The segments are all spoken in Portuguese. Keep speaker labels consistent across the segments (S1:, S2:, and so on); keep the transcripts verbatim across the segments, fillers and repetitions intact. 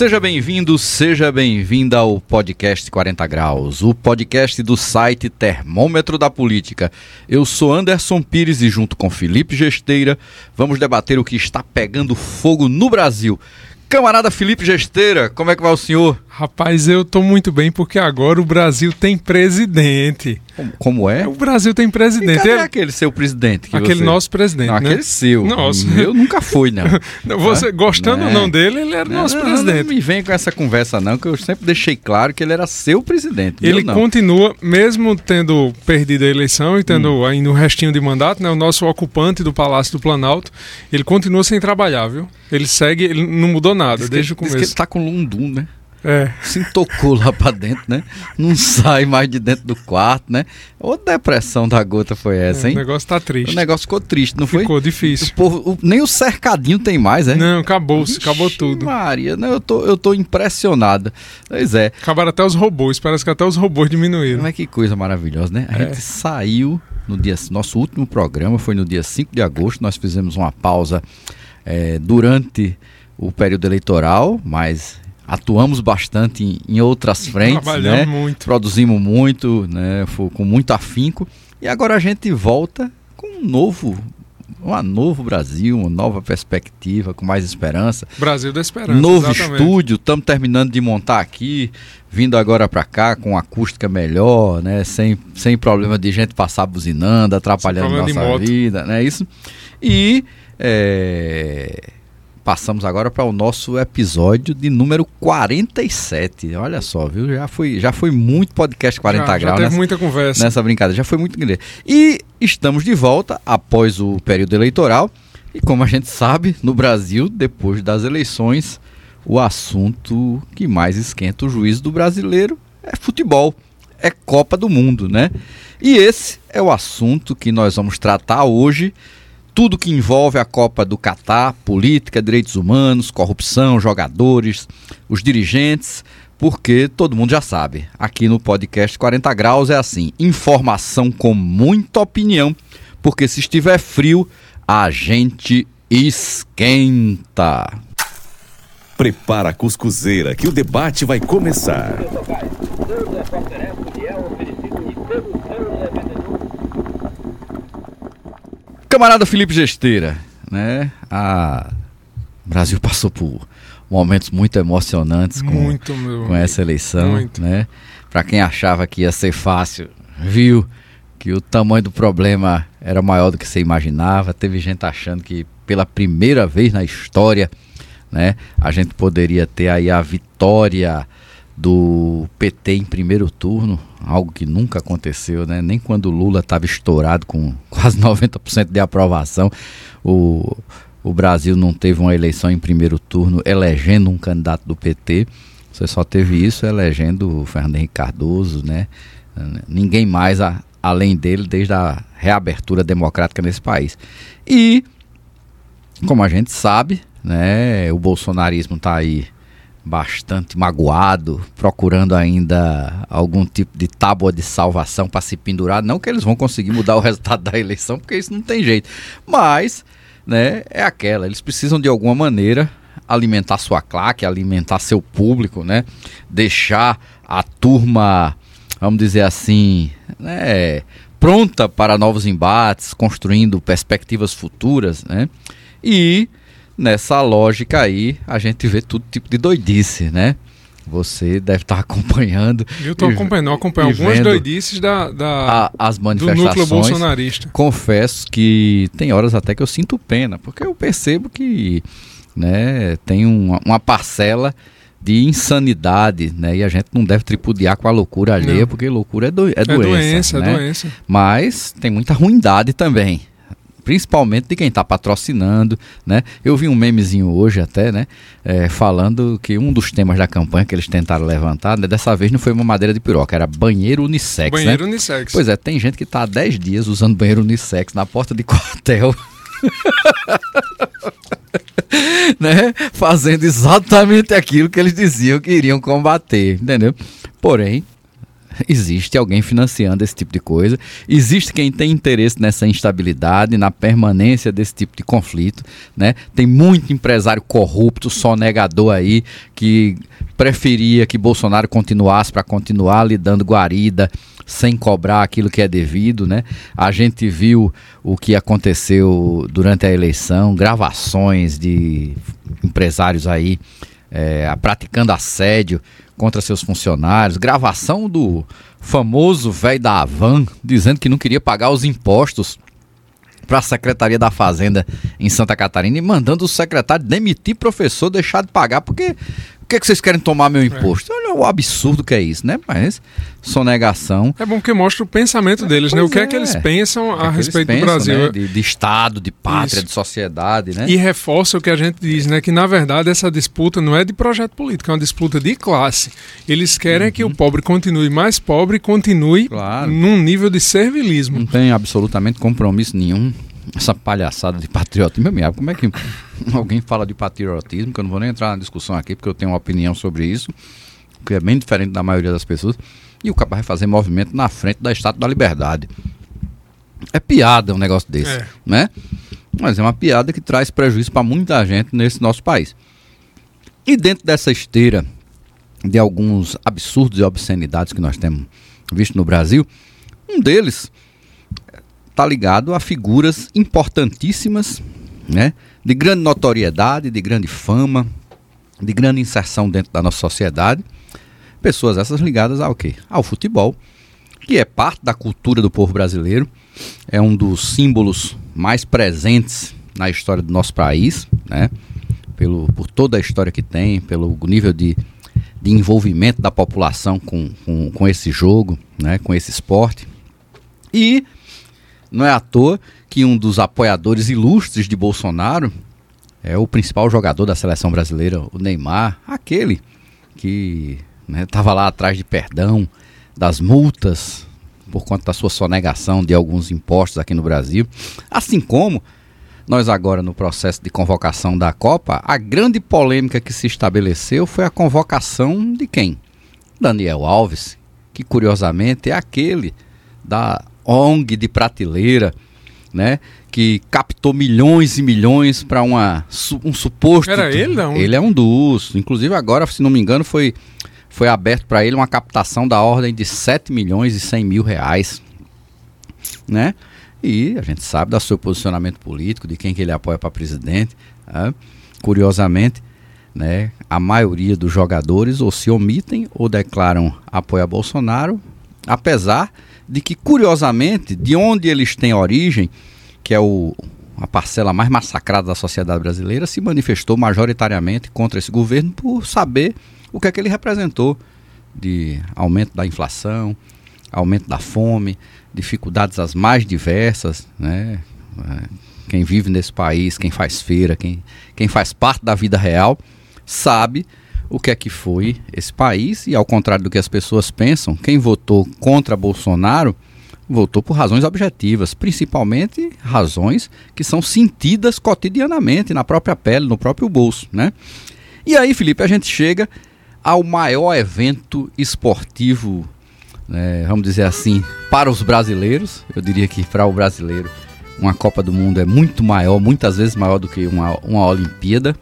S1: Seja bem-vindo, seja bem-vinda ao podcast quarenta graus, o podcast do site Termômetro da Política. Eu sou Anderson Pires e junto com Felipe Gesteira vamos debater o que está pegando fogo no Brasil. Camarada Felipe Gesteira, como é que vai o senhor?
S2: Rapaz, eu tô muito bem porque agora o Brasil tem presidente.
S1: Como, como é?
S2: O Brasil tem presidente.
S1: E cadê Ele... aquele seu presidente? Que
S2: aquele
S1: você...
S2: nosso presidente,
S1: não,
S2: né?
S1: Aquele seu.
S2: Nossa.
S1: Eu nunca fui, não.
S2: não você,
S1: é?
S2: Gostando
S1: é.
S2: ou não dele, ele era
S1: não,
S2: nosso
S1: não,
S2: presidente.
S1: Não, não me vem com essa conversa não, que eu sempre deixei claro que ele era seu presidente.
S2: Ele
S1: não.
S2: continua, mesmo tendo perdido a eleição e tendo
S1: hum.
S2: ainda um restinho de mandato, né? O nosso ocupante do Palácio do Planalto, ele continua sem trabalhar, viu? Ele segue, ele não mudou nada
S1: diz
S2: desde
S1: que,
S2: o começo.
S1: Diz que ele tá com lundum, né?
S2: É.
S1: Se tocou lá pra dentro, né? Não sai mais de dentro do quarto, né? Ô depressão da gota foi essa, hein?
S2: É, o negócio tá triste.
S1: O negócio ficou triste, não
S2: ficou
S1: foi?
S2: Ficou difícil.
S1: O povo, o, nem o cercadinho tem mais, é?
S2: Não, acabou, acabou tudo.
S1: Maria, não, eu tô, eu tô impressionado. Pois é.
S2: Acabaram até os robôs, parece que até os robôs diminuíram.
S1: Mas que coisa maravilhosa, né? A
S2: é.
S1: gente saiu no dia... Nosso último programa foi no dia cinco de agosto, nós fizemos uma pausa é, durante o período eleitoral, mas... Atuamos bastante em, em outras frentes,
S2: Trabalhamos
S1: né?
S2: muito.
S1: Produzimos muito, né? Foi com muito afinco. E agora a gente volta com um novo, um novo Brasil, uma nova perspectiva, com mais esperança.
S2: Brasil da esperança,
S1: Novo
S2: exatamente.
S1: Estúdio, estamos terminando de montar aqui, vindo agora para cá com acústica melhor, né? Sem, sem problema de gente passar buzinando, atrapalhando nossa vida, né? Isso. E... É... Passamos agora para o nosso episódio de número quarenta e sete. Olha só, viu? Já foi, já foi muito podcast quarenta
S2: já,
S1: graus.
S2: Já teve
S1: nessa,
S2: muita conversa.
S1: Nessa brincadeira, já foi muito grande. E estamos de volta após o período eleitoral. E como a gente sabe, no Brasil, depois das eleições, o assunto que mais esquenta o juízo do brasileiro é futebol. É Copa do Mundo, né? E esse é o assunto que nós vamos tratar hoje. Tudo que envolve a Copa do Catar, política, direitos humanos, corrupção, jogadores, os dirigentes, porque todo mundo já sabe, aqui no podcast quarenta graus é assim, informação com muita opinião, porque se estiver frio, a gente esquenta.
S3: Prepara a cuscuzeira que o debate vai começar.
S1: Camarada Felipe Gesteira, né? A... O Brasil passou por momentos muito emocionantes com,
S2: muito, meu
S1: com essa eleição,
S2: muito.
S1: Né? Para quem achava que ia ser fácil, viu que o tamanho do problema era maior do que você imaginava. Teve gente achando que pela primeira vez na história, né, a gente poderia ter aí a vitória do P T em primeiro turno, algo que nunca aconteceu, né? Nem quando o Lula estava estourado com quase noventa por cento de aprovação, o, o Brasil não teve uma eleição em primeiro turno elegendo um candidato do P T. Você só teve isso elegendo o Fernando Henrique Cardoso, né? Ninguém mais a, além dele desde a reabertura democrática nesse país. E, como a gente sabe, né, o bolsonarismo está aí bastante magoado, procurando ainda algum tipo de tábua de salvação para se pendurar. Não que eles vão conseguir mudar o resultado da eleição, porque isso não tem jeito. Mas, né, é aquela, eles precisam de alguma maneira alimentar sua claque, alimentar seu público, né, deixar a turma, vamos dizer assim, né, pronta para novos embates, construindo perspectivas futuras, né, e nessa lógica aí, a gente vê todo tipo de doidice, né? Você deve estar acompanhando.
S2: Eu estou acompanhando, eu acompanho algumas doidices da, da,
S1: a, as manifestações,
S2: do núcleo bolsonarista.
S1: Confesso que tem horas até que eu sinto pena, porque eu percebo que, né, tem uma, uma parcela de insanidade, né? E a gente não deve tripudiar com a loucura alheia, não. Porque loucura é, do, é, é doença.
S2: doença,
S1: né?
S2: é doença.
S1: Mas tem muita ruindade também. Principalmente de quem está patrocinando, né? Eu vi um memezinho hoje até, né? É, falando que um dos temas da campanha que eles tentaram levantar, né, dessa vez não foi uma madeira de piroca, era banheiro unissex,
S2: banheiro
S1: né?
S2: unissex.
S1: Pois é, tem gente que está há dez dias usando banheiro unissex na porta de quartel. Né? Fazendo exatamente aquilo que eles diziam que iriam combater, entendeu? Porém, existe alguém financiando esse tipo de coisa, existe quem tem interesse nessa instabilidade, na permanência desse tipo de conflito, né? Tem muito empresário corrupto, sonegador aí, que preferia que Bolsonaro continuasse para continuar lhe dando guarida, sem cobrar aquilo que é devido, né? A gente viu o que aconteceu durante a eleição, gravações de empresários aí é, praticando assédio contra seus funcionários, gravação do famoso velho da Havan dizendo que não queria pagar os impostos para a Secretaria da Fazenda em Santa Catarina e mandando o secretário demitir professor, deixar de pagar, porque o que, é que vocês querem tomar meu imposto? É. Olha o absurdo que é isso, né? Mas sonegação.
S2: É bom que mostra o pensamento deles, pois né? O que é, é que eles pensam a
S1: é
S2: respeito
S1: pensam,
S2: do Brasil.
S1: Né? De, de Estado, de pátria, isso. De sociedade, né?
S2: E reforça o que a gente diz, né? Que na verdade essa disputa não é de projeto político, é uma disputa de classe. Eles querem uhum. que o pobre continue mais pobre e continue claro. Num nível de servilismo.
S1: Não tem absolutamente compromisso nenhum. Essa palhaçada de patriotismo, meu, como é que alguém fala de patriotismo, que eu não vou nem entrar na discussão aqui, porque eu tenho uma opinião sobre isso, que é bem diferente da maioria das pessoas, e o cara vai fazer movimento na frente da Estátua da Liberdade. É piada um negócio desse, é. Né? Mas é uma piada que traz prejuízo para muita gente nesse nosso país. E dentro dessa esteira de alguns absurdos e obscenidades que nós temos visto no Brasil, um deles está ligado a figuras importantíssimas, né, de grande notoriedade, de grande fama, de grande inserção dentro da nossa sociedade. Pessoas essas ligadas ao quê? Ao futebol, que é parte da cultura do povo brasileiro, é um dos símbolos mais presentes na história do nosso país, né, pelo, por toda a história que tem, pelo nível de, de envolvimento da população com, com, com esse jogo, né, com esse esporte. E não é à toa que um dos apoiadores ilustres de Bolsonaro é o principal jogador da seleção brasileira, o Neymar, aquele que estava né, lá atrás de perdão, das multas, por conta da sua sonegação de alguns impostos aqui no Brasil. Assim como nós agora no processo de convocação da Copa, a grande polêmica que se estabeleceu foi a convocação de quem? Daniel Alves, que curiosamente é aquele da O N G de prateleira, né, que captou milhões e milhões para uma um suposto...
S2: Era ele, não?
S1: Ele é um dos. Inclusive agora, se não me engano, foi, foi aberto para ele uma captação da ordem de sete milhões e cem mil reais, né? E a gente sabe do seu posicionamento político, de quem que ele apoia para presidente. Né? Curiosamente, né, a maioria dos jogadores ou se omitem ou declaram apoio a Bolsonaro, apesar de que, curiosamente, de onde eles têm origem, que é o, a parcela mais massacrada da sociedade brasileira, se manifestou majoritariamente contra esse governo por saber o que é que ele representou de aumento da inflação, aumento da fome, dificuldades as mais diversas, né? Quem vive nesse país, quem faz feira, quem, quem faz parte da vida real, sabe o que é que foi esse país. E ao contrário do que as pessoas pensam, quem votou contra Bolsonaro votou por razões objetivas, principalmente razões que são sentidas cotidianamente na própria pele, no próprio bolso, né? E aí, Felipe, a gente chega ao maior evento esportivo, né, vamos dizer assim, para os brasileiros. Eu diria que para o brasileiro uma Copa do Mundo é muito maior, muitas vezes maior do que uma, uma Olimpíada,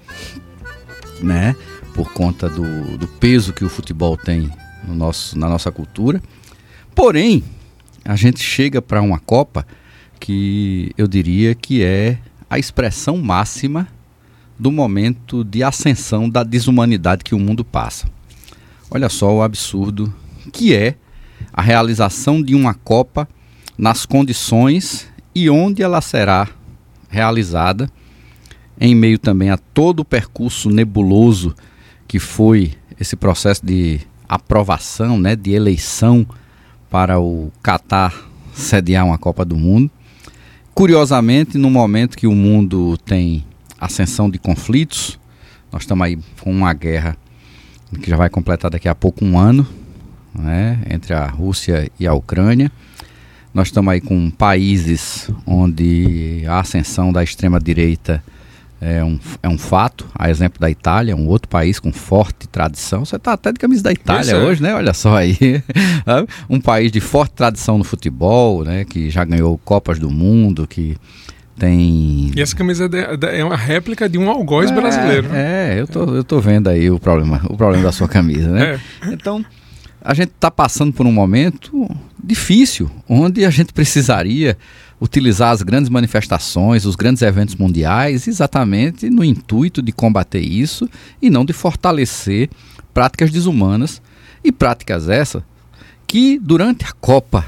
S1: né? Por conta do, do peso que o futebol tem no nosso, na nossa cultura. Porém, a gente chega para uma Copa que eu diria que é a expressão máxima do momento de ascensão da desumanidade que o mundo passa. Olha só o absurdo que é a realização de uma Copa nas condições e onde ela será realizada, em meio também a todo o percurso nebuloso que foi esse processo de aprovação, né, de eleição para o Catar sediar uma Copa do Mundo. Curiosamente, no momento que o mundo tem ascensão de conflitos, nós estamos aí com uma guerra que já vai completar daqui a pouco um ano, né, entre a Rússia e a Ucrânia. Nós estamos aí com países onde a ascensão da extrema-direita é um, é um fato, a exemplo da Itália, um outro país com forte tradição. Você está até de camisa da Itália
S2: é.
S1: hoje, né? Olha só aí. Um país de forte tradição no futebol, né? Que já ganhou Copas do Mundo, que tem...
S2: E essa camisa é uma réplica de um algoz
S1: é,
S2: brasileiro. Né?
S1: É, eu tô, eu tô vendo aí o problema, o problema da sua camisa, né? É. Então, a gente está passando por um momento difícil, onde a gente precisaria utilizar as grandes manifestações, os grandes eventos mundiais, exatamente no intuito de combater isso e não de fortalecer práticas desumanas, e práticas essas que durante a Copa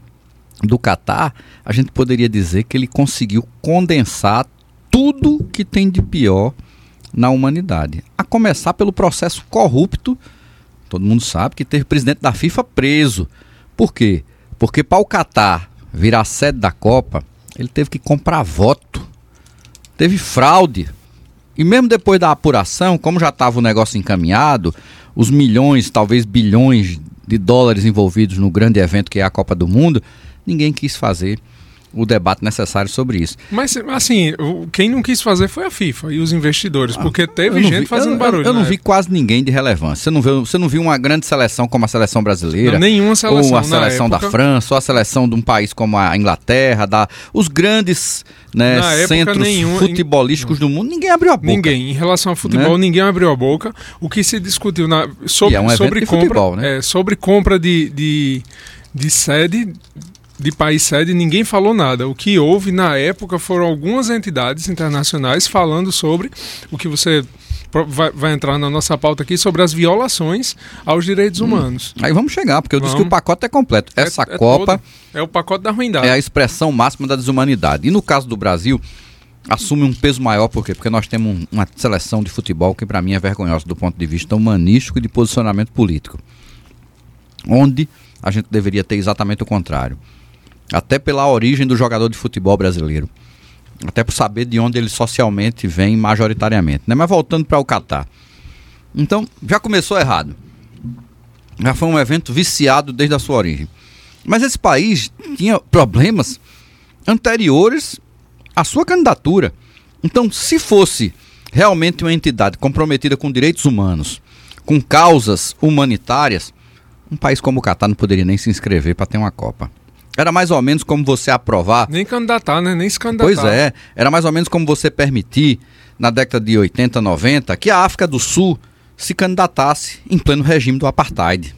S1: do Catar, a gente poderia dizer que ele conseguiu condensar tudo que tem de pior na humanidade. A começar pelo processo corrupto, todo mundo sabe que teve o presidente da FIFA preso. Por quê? Porque para o Catar virar a sede da Copa, ele teve que comprar voto. Teve fraude. E mesmo depois da apuração, como já estava o negócio encaminhado, os milhões, talvez bilhões de dólares envolvidos no grande evento que é a Copa do Mundo, ninguém quis fazer o debate necessário sobre isso.
S2: Mas, assim, quem não quis fazer foi a FIFA e os investidores, porque teve gente
S1: vi,
S2: fazendo
S1: eu,
S2: barulho.
S1: Eu, eu não vi quase ninguém de relevância. Você não viu, você não viu uma grande seleção como a seleção brasileira?
S2: Não, nenhuma seleção.
S1: Ou a seleção
S2: época,
S1: da França, ou a seleção de um país como a Inglaterra, da, os grandes, né, centros nenhuma, futebolísticos in... do mundo. Ninguém abriu a boca.
S2: Ninguém. Em relação ao futebol, né? Ninguém abriu a boca. O que se discutiu na, sobre, é um sobre, compra, futebol, né? é, sobre compra de, de, de sede... de país sede, ninguém falou nada. O que houve na época foram algumas entidades internacionais falando sobre o que você vai, vai entrar na nossa pauta aqui, sobre as violações aos direitos hum. humanos.
S1: Aí vamos chegar, porque eu vamos. disse que o pacote é completo. Essa
S2: é, é
S1: Copa
S2: todo. É o pacote da ruindade.
S1: É a expressão máxima da desumanidade. E no caso do Brasil, assume um peso maior, por quê? Porque nós temos uma seleção de futebol que para mim é vergonhosa do ponto de vista humanístico e de posicionamento político. Onde a gente deveria ter exatamente o contrário. Até pela origem do jogador de futebol brasileiro. Até por saber de onde ele socialmente vem majoritariamente. Né? Mas voltando para o Catar. Então, já começou errado. Já foi um evento viciado desde a sua origem. Mas esse país tinha problemas anteriores à sua candidatura. Então, se fosse realmente uma entidade comprometida com direitos humanos, com causas humanitárias, um país como o Catar não poderia nem se inscrever para ter uma Copa. Era mais ou menos como você aprovar...
S2: Nem candidatar, né? Nem se candidatar.
S1: Pois é. Era mais ou menos como você permitir, na década de oitenta, noventa, que a África do Sul se candidatasse em pleno regime do apartheid.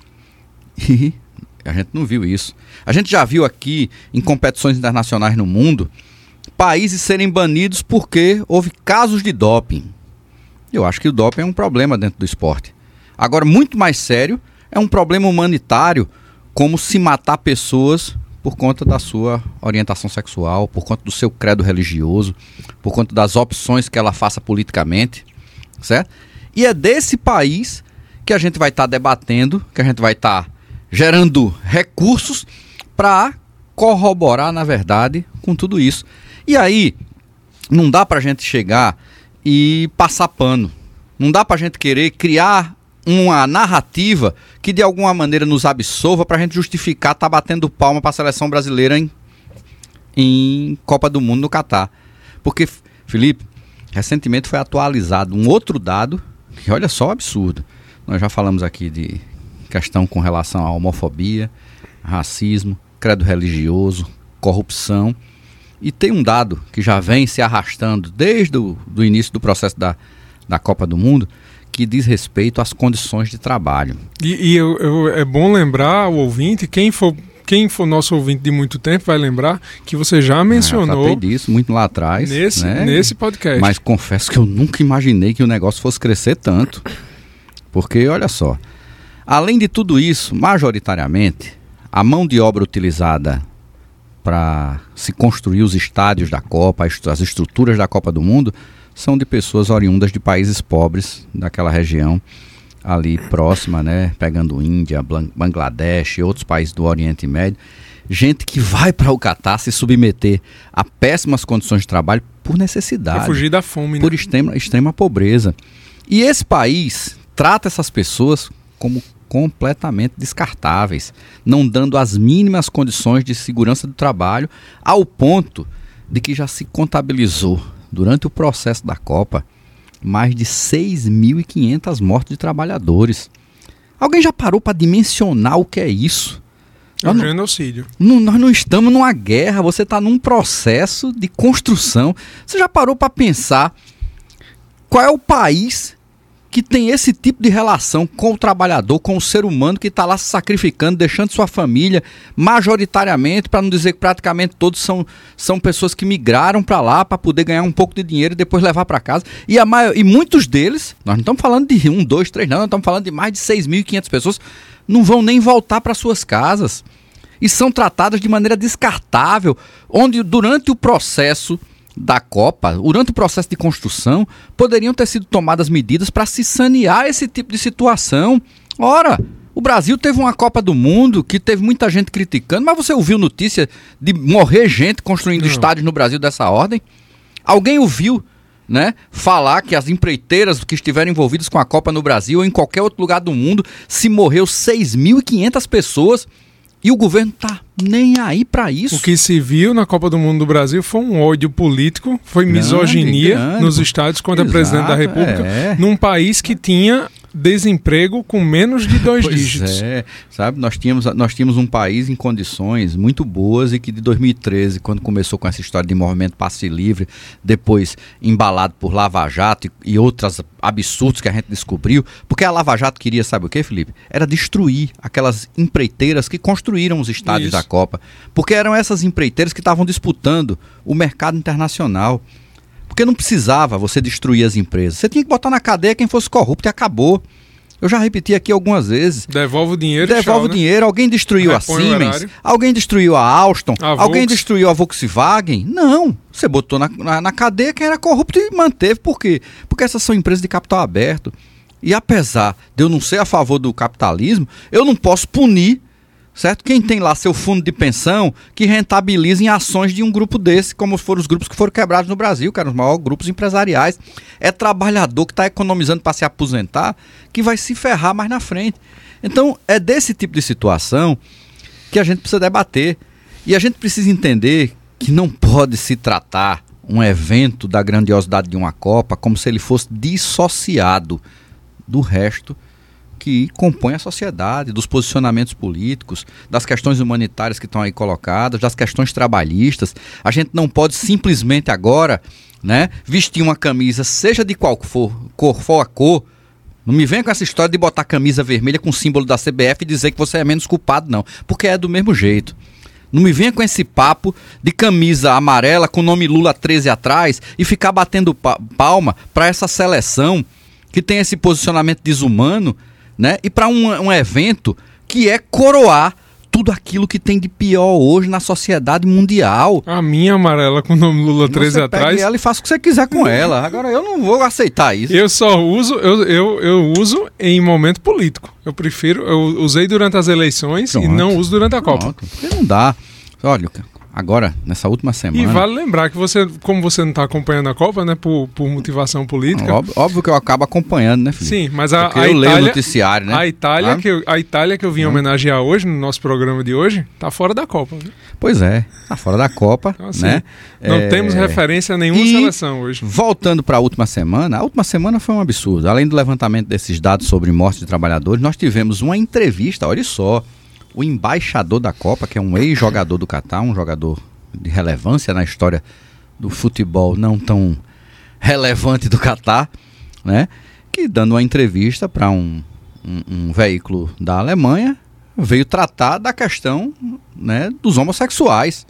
S1: E a gente não viu isso. A gente já viu aqui, em competições internacionais no mundo, países serem banidos porque houve casos de doping. Eu acho que o doping é um problema dentro do esporte. Agora, muito mais sério, é um problema humanitário, como se matar pessoas por conta da sua orientação sexual, por conta do seu credo religioso, por conta das opções que ela faça politicamente, certo? E é desse país que a gente vai estar tá debatendo, que a gente vai estar tá gerando recursos para corroborar, na verdade, com tudo isso. E aí, não dá para a gente chegar e passar pano. Não dá para a gente querer criar uma narrativa que de alguma maneira nos absolva para a gente justificar estar tá batendo palma para a seleção brasileira em, em Copa do Mundo no Catar. Porque, Felipe, recentemente foi atualizado um outro dado que olha só o absurdo. Nós já falamos aqui de questão com relação à homofobia, racismo, credo religioso, corrupção. E tem um dado que já vem se arrastando desde o do início do processo da, da Copa do Mundo, que diz respeito às condições de trabalho.
S2: E, e eu, eu, é bom lembrar o ouvinte, quem for, quem for nosso ouvinte de muito tempo vai lembrar que você já mencionou...
S1: Eu tratei disso muito lá atrás.
S2: Nesse,
S1: né?
S2: nesse podcast.
S1: Mas confesso que eu nunca imaginei que o negócio fosse crescer tanto. Porque, olha só, além de tudo isso, majoritariamente, a mão de obra utilizada para se construir os estádios da Copa, as estruturas da Copa do Mundo, são de pessoas oriundas de países pobres daquela região ali próxima, né? Pegando Índia, Bangladesh e outros países do Oriente Médio. Gente que vai para o Catar se submeter a péssimas condições de trabalho por necessidade.
S2: Para fugir da fome, né?
S1: Por extrema, extrema pobreza. E esse país trata essas pessoas como completamente descartáveis, não dando as mínimas condições de segurança do trabalho, ao ponto de que já se contabilizou durante o processo da Copa, mais de seis mil e quinhentas mortes de trabalhadores. Alguém já parou para dimensionar o que é isso?
S2: É um genocídio.
S1: Não, nós não estamos numa guerra, você está num processo de construção. Você já parou para pensar qual é o país que tem esse tipo de relação com o trabalhador, com o ser humano que está lá se sacrificando, deixando sua família, majoritariamente, para não dizer que praticamente todos são, são pessoas que migraram para lá para poder ganhar um pouco de dinheiro e depois levar para casa. E, a maior, e muitos deles, nós não estamos falando de um, dois, três, não, nós estamos falando de mais de seis mil e quinhentas pessoas, não vão nem voltar para suas casas. E são tratadas de maneira descartável, onde durante o processo da Copa, durante o processo de construção, poderiam ter sido tomadas medidas para se sanear esse tipo de situação. Ora, o Brasil teve uma Copa do Mundo que teve muita gente criticando, mas você ouviu notícia de morrer gente construindo Não. estádios no Brasil dessa ordem? Alguém ouviu, né, falar que as empreiteiras que estiveram envolvidas com a Copa no Brasil ou em qualquer outro lugar do mundo, se morreu seis mil e quinhentas pessoas e o governo tá nem aí para isso?
S2: O que se viu na Copa do Mundo do Brasil foi um ódio político, foi grande, misoginia grande. nos estádios contra Exato, a presidente da República, é. num país que tinha desemprego com menos de dois
S1: pois
S2: dígitos.
S1: É, sabe, nós tínhamos, nós tínhamos um país em condições muito boas e que de dois mil e treze, quando começou com essa história de movimento passe livre, depois embalado por Lava Jato e, e outros absurdos que a gente descobriu, porque a Lava Jato queria, sabe o que, Felipe? Era destruir aquelas empreiteiras que construíram os estádios Isso. da Copa, porque eram essas empreiteiras que estavam disputando o mercado internacional. Porque não precisava você destruir as empresas. Você tinha que botar na cadeia quem fosse corrupto e acabou. Eu já repeti aqui algumas vezes.
S2: Devolve o dinheiro.
S1: Devolve
S2: tchau,
S1: o dinheiro. Né? Alguém destruiu Repõe a Siemens. Alguém destruiu a Alstom. A alguém Volks. destruiu a Volkswagen. Não. Você botou na, na, na cadeia quem era corrupto e manteve. Por quê? Porque essas são empresas de capital aberto. E apesar de eu não ser a favor do capitalismo, eu não posso punir, certo? Quem tem lá seu fundo de pensão que rentabiliza em ações de um grupo desse, como foram os grupos que foram quebrados no Brasil, que eram os maiores grupos empresariais. É trabalhador que está economizando para se aposentar que vai se ferrar mais na frente. Então, é desse tipo de situação que a gente precisa debater. E a gente precisa entender que não pode se tratar um evento da grandiosidade de uma Copa como se ele fosse dissociado do resto que compõe a sociedade, dos posicionamentos políticos, das questões humanitárias que estão aí colocadas, das questões trabalhistas. A gente não pode simplesmente agora, né, vestir uma camisa, seja de qual for, cor for a cor. Não me venha com essa história de botar camisa vermelha com o símbolo da C B F e dizer que você é menos culpado, não. Porque é do mesmo jeito. Não me venha com esse papo de camisa amarela com o nome Lula treze atrás e ficar batendo palma para essa seleção que tem esse posicionamento desumano, né? E para um, um evento que é coroar tudo aquilo que tem de pior hoje na sociedade mundial.
S2: A minha amarela com o nome Lula treze
S1: você
S2: atrás.
S1: Pega ela e faça o que você quiser com ela. Agora eu não vou aceitar isso.
S2: Eu só uso, eu, eu, eu uso em momento político. Eu prefiro, eu usei durante as eleições Pronto. e não uso durante a Copa.
S1: Pronto. Porque não dá. Olha, agora, nessa última semana...
S2: E vale lembrar que você, como você não está acompanhando a Copa, né, por, por motivação política...
S1: Óbvio, óbvio que eu acabo acompanhando, né, Felipe?
S2: Sim, mas a, a
S1: eu
S2: Itália...
S1: leio o noticiário, né?
S2: A Itália, ah? que eu, a Itália que eu vim hum. homenagear hoje, no nosso programa de hoje, está fora da Copa. Né?
S1: Pois é, está fora da Copa, então, assim, né?
S2: Não é... temos referência a nenhuma
S1: e,
S2: seleção hoje.
S1: Voltando para a última semana, a última semana foi um absurdo. Além do levantamento desses dados sobre mortes de trabalhadores, nós tivemos uma entrevista, olha só, o embaixador da Copa, que é um ex-jogador do Catar, um jogador de relevância na história do futebol não tão relevante do Catar, né? Que dando uma entrevista para um, um, um veículo da Alemanha, veio tratar da questão, né, dos homossexuais.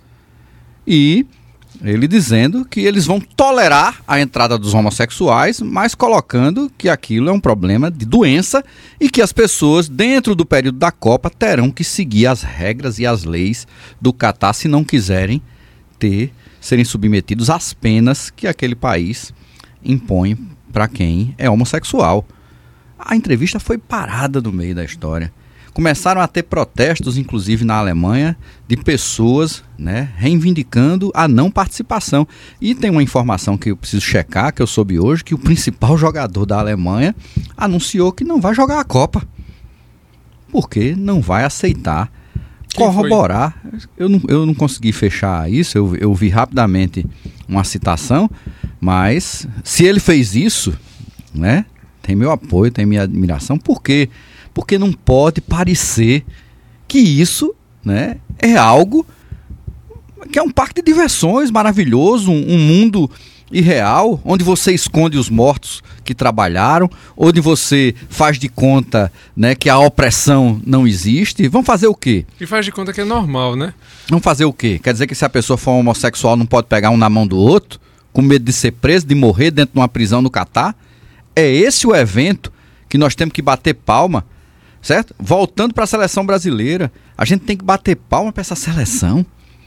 S1: E ele dizendo que eles vão tolerar a entrada dos homossexuais, mas colocando que aquilo é um problema de doença e que as pessoas, dentro do período da Copa, terão que seguir as regras e as leis do Catar se não quiserem ter, serem submetidos às penas que aquele país impõe para quem é homossexual. A entrevista foi parada no meio da história. Começaram a ter protestos, inclusive na Alemanha, de pessoas, né, reivindicando a não participação. E tem uma informação que eu preciso checar, que eu soube hoje, que o principal jogador da Alemanha anunciou que não vai jogar a Copa. Porque não vai aceitar corroborar. Eu não, eu não consegui fechar isso, eu, eu vi rapidamente uma citação, mas se ele fez isso, né, tem meu apoio, tem minha admiração. Por quê? Porque não pode parecer que isso, né, é algo que é um parque de diversões maravilhoso, um, um mundo irreal, onde você esconde os mortos que trabalharam, onde você faz de conta, né, que a opressão não existe. Vamos fazer o quê?
S2: E faz de conta que é normal, né?
S1: Vamos fazer o quê? Quer dizer que se a pessoa for homossexual não pode pegar um na mão do outro, com medo de ser preso, de morrer dentro de uma prisão no Catar? É esse o evento que nós temos que bater palma, certo? Voltando para a seleção brasileira, a gente tem que bater palma para essa seleção.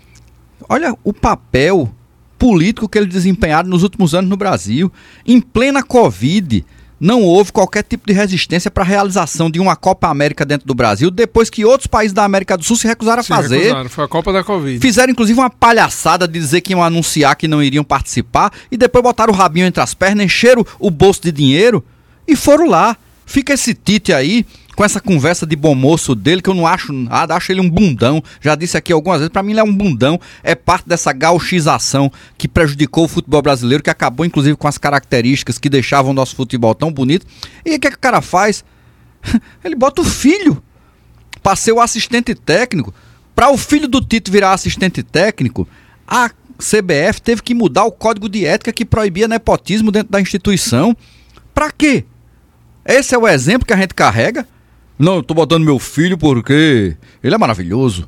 S1: Olha o papel político que eles desempenharam nos últimos anos no Brasil. Em plena Covid, não houve qualquer tipo de resistência para a realização de uma Copa América dentro do Brasil, depois que outros países da América do Sul se recusaram a
S2: se
S1: fazer.
S2: Recusaram. Foi a Copa da Covid.
S1: Fizeram inclusive uma palhaçada de dizer que iam anunciar que não iriam participar e depois botaram o rabinho entre as pernas, encheram o bolso de dinheiro e foram lá. Fica esse Tite aí com essa conversa de bom moço dele, que eu não acho nada, acho ele um bundão. Já disse aqui algumas vezes, para mim ele é um bundão, é parte dessa gauchização que prejudicou o futebol brasileiro, que acabou inclusive com as características que deixavam o nosso futebol tão bonito. E o que, é que o cara faz? Ele bota o filho para ser o assistente técnico. Para o filho do Tite virar assistente técnico, a C B F teve que mudar o código de ética que proibia nepotismo dentro da instituição. Para quê? Esse é o exemplo que a gente carrega? Não, eu tô botando meu filho porque ele é maravilhoso.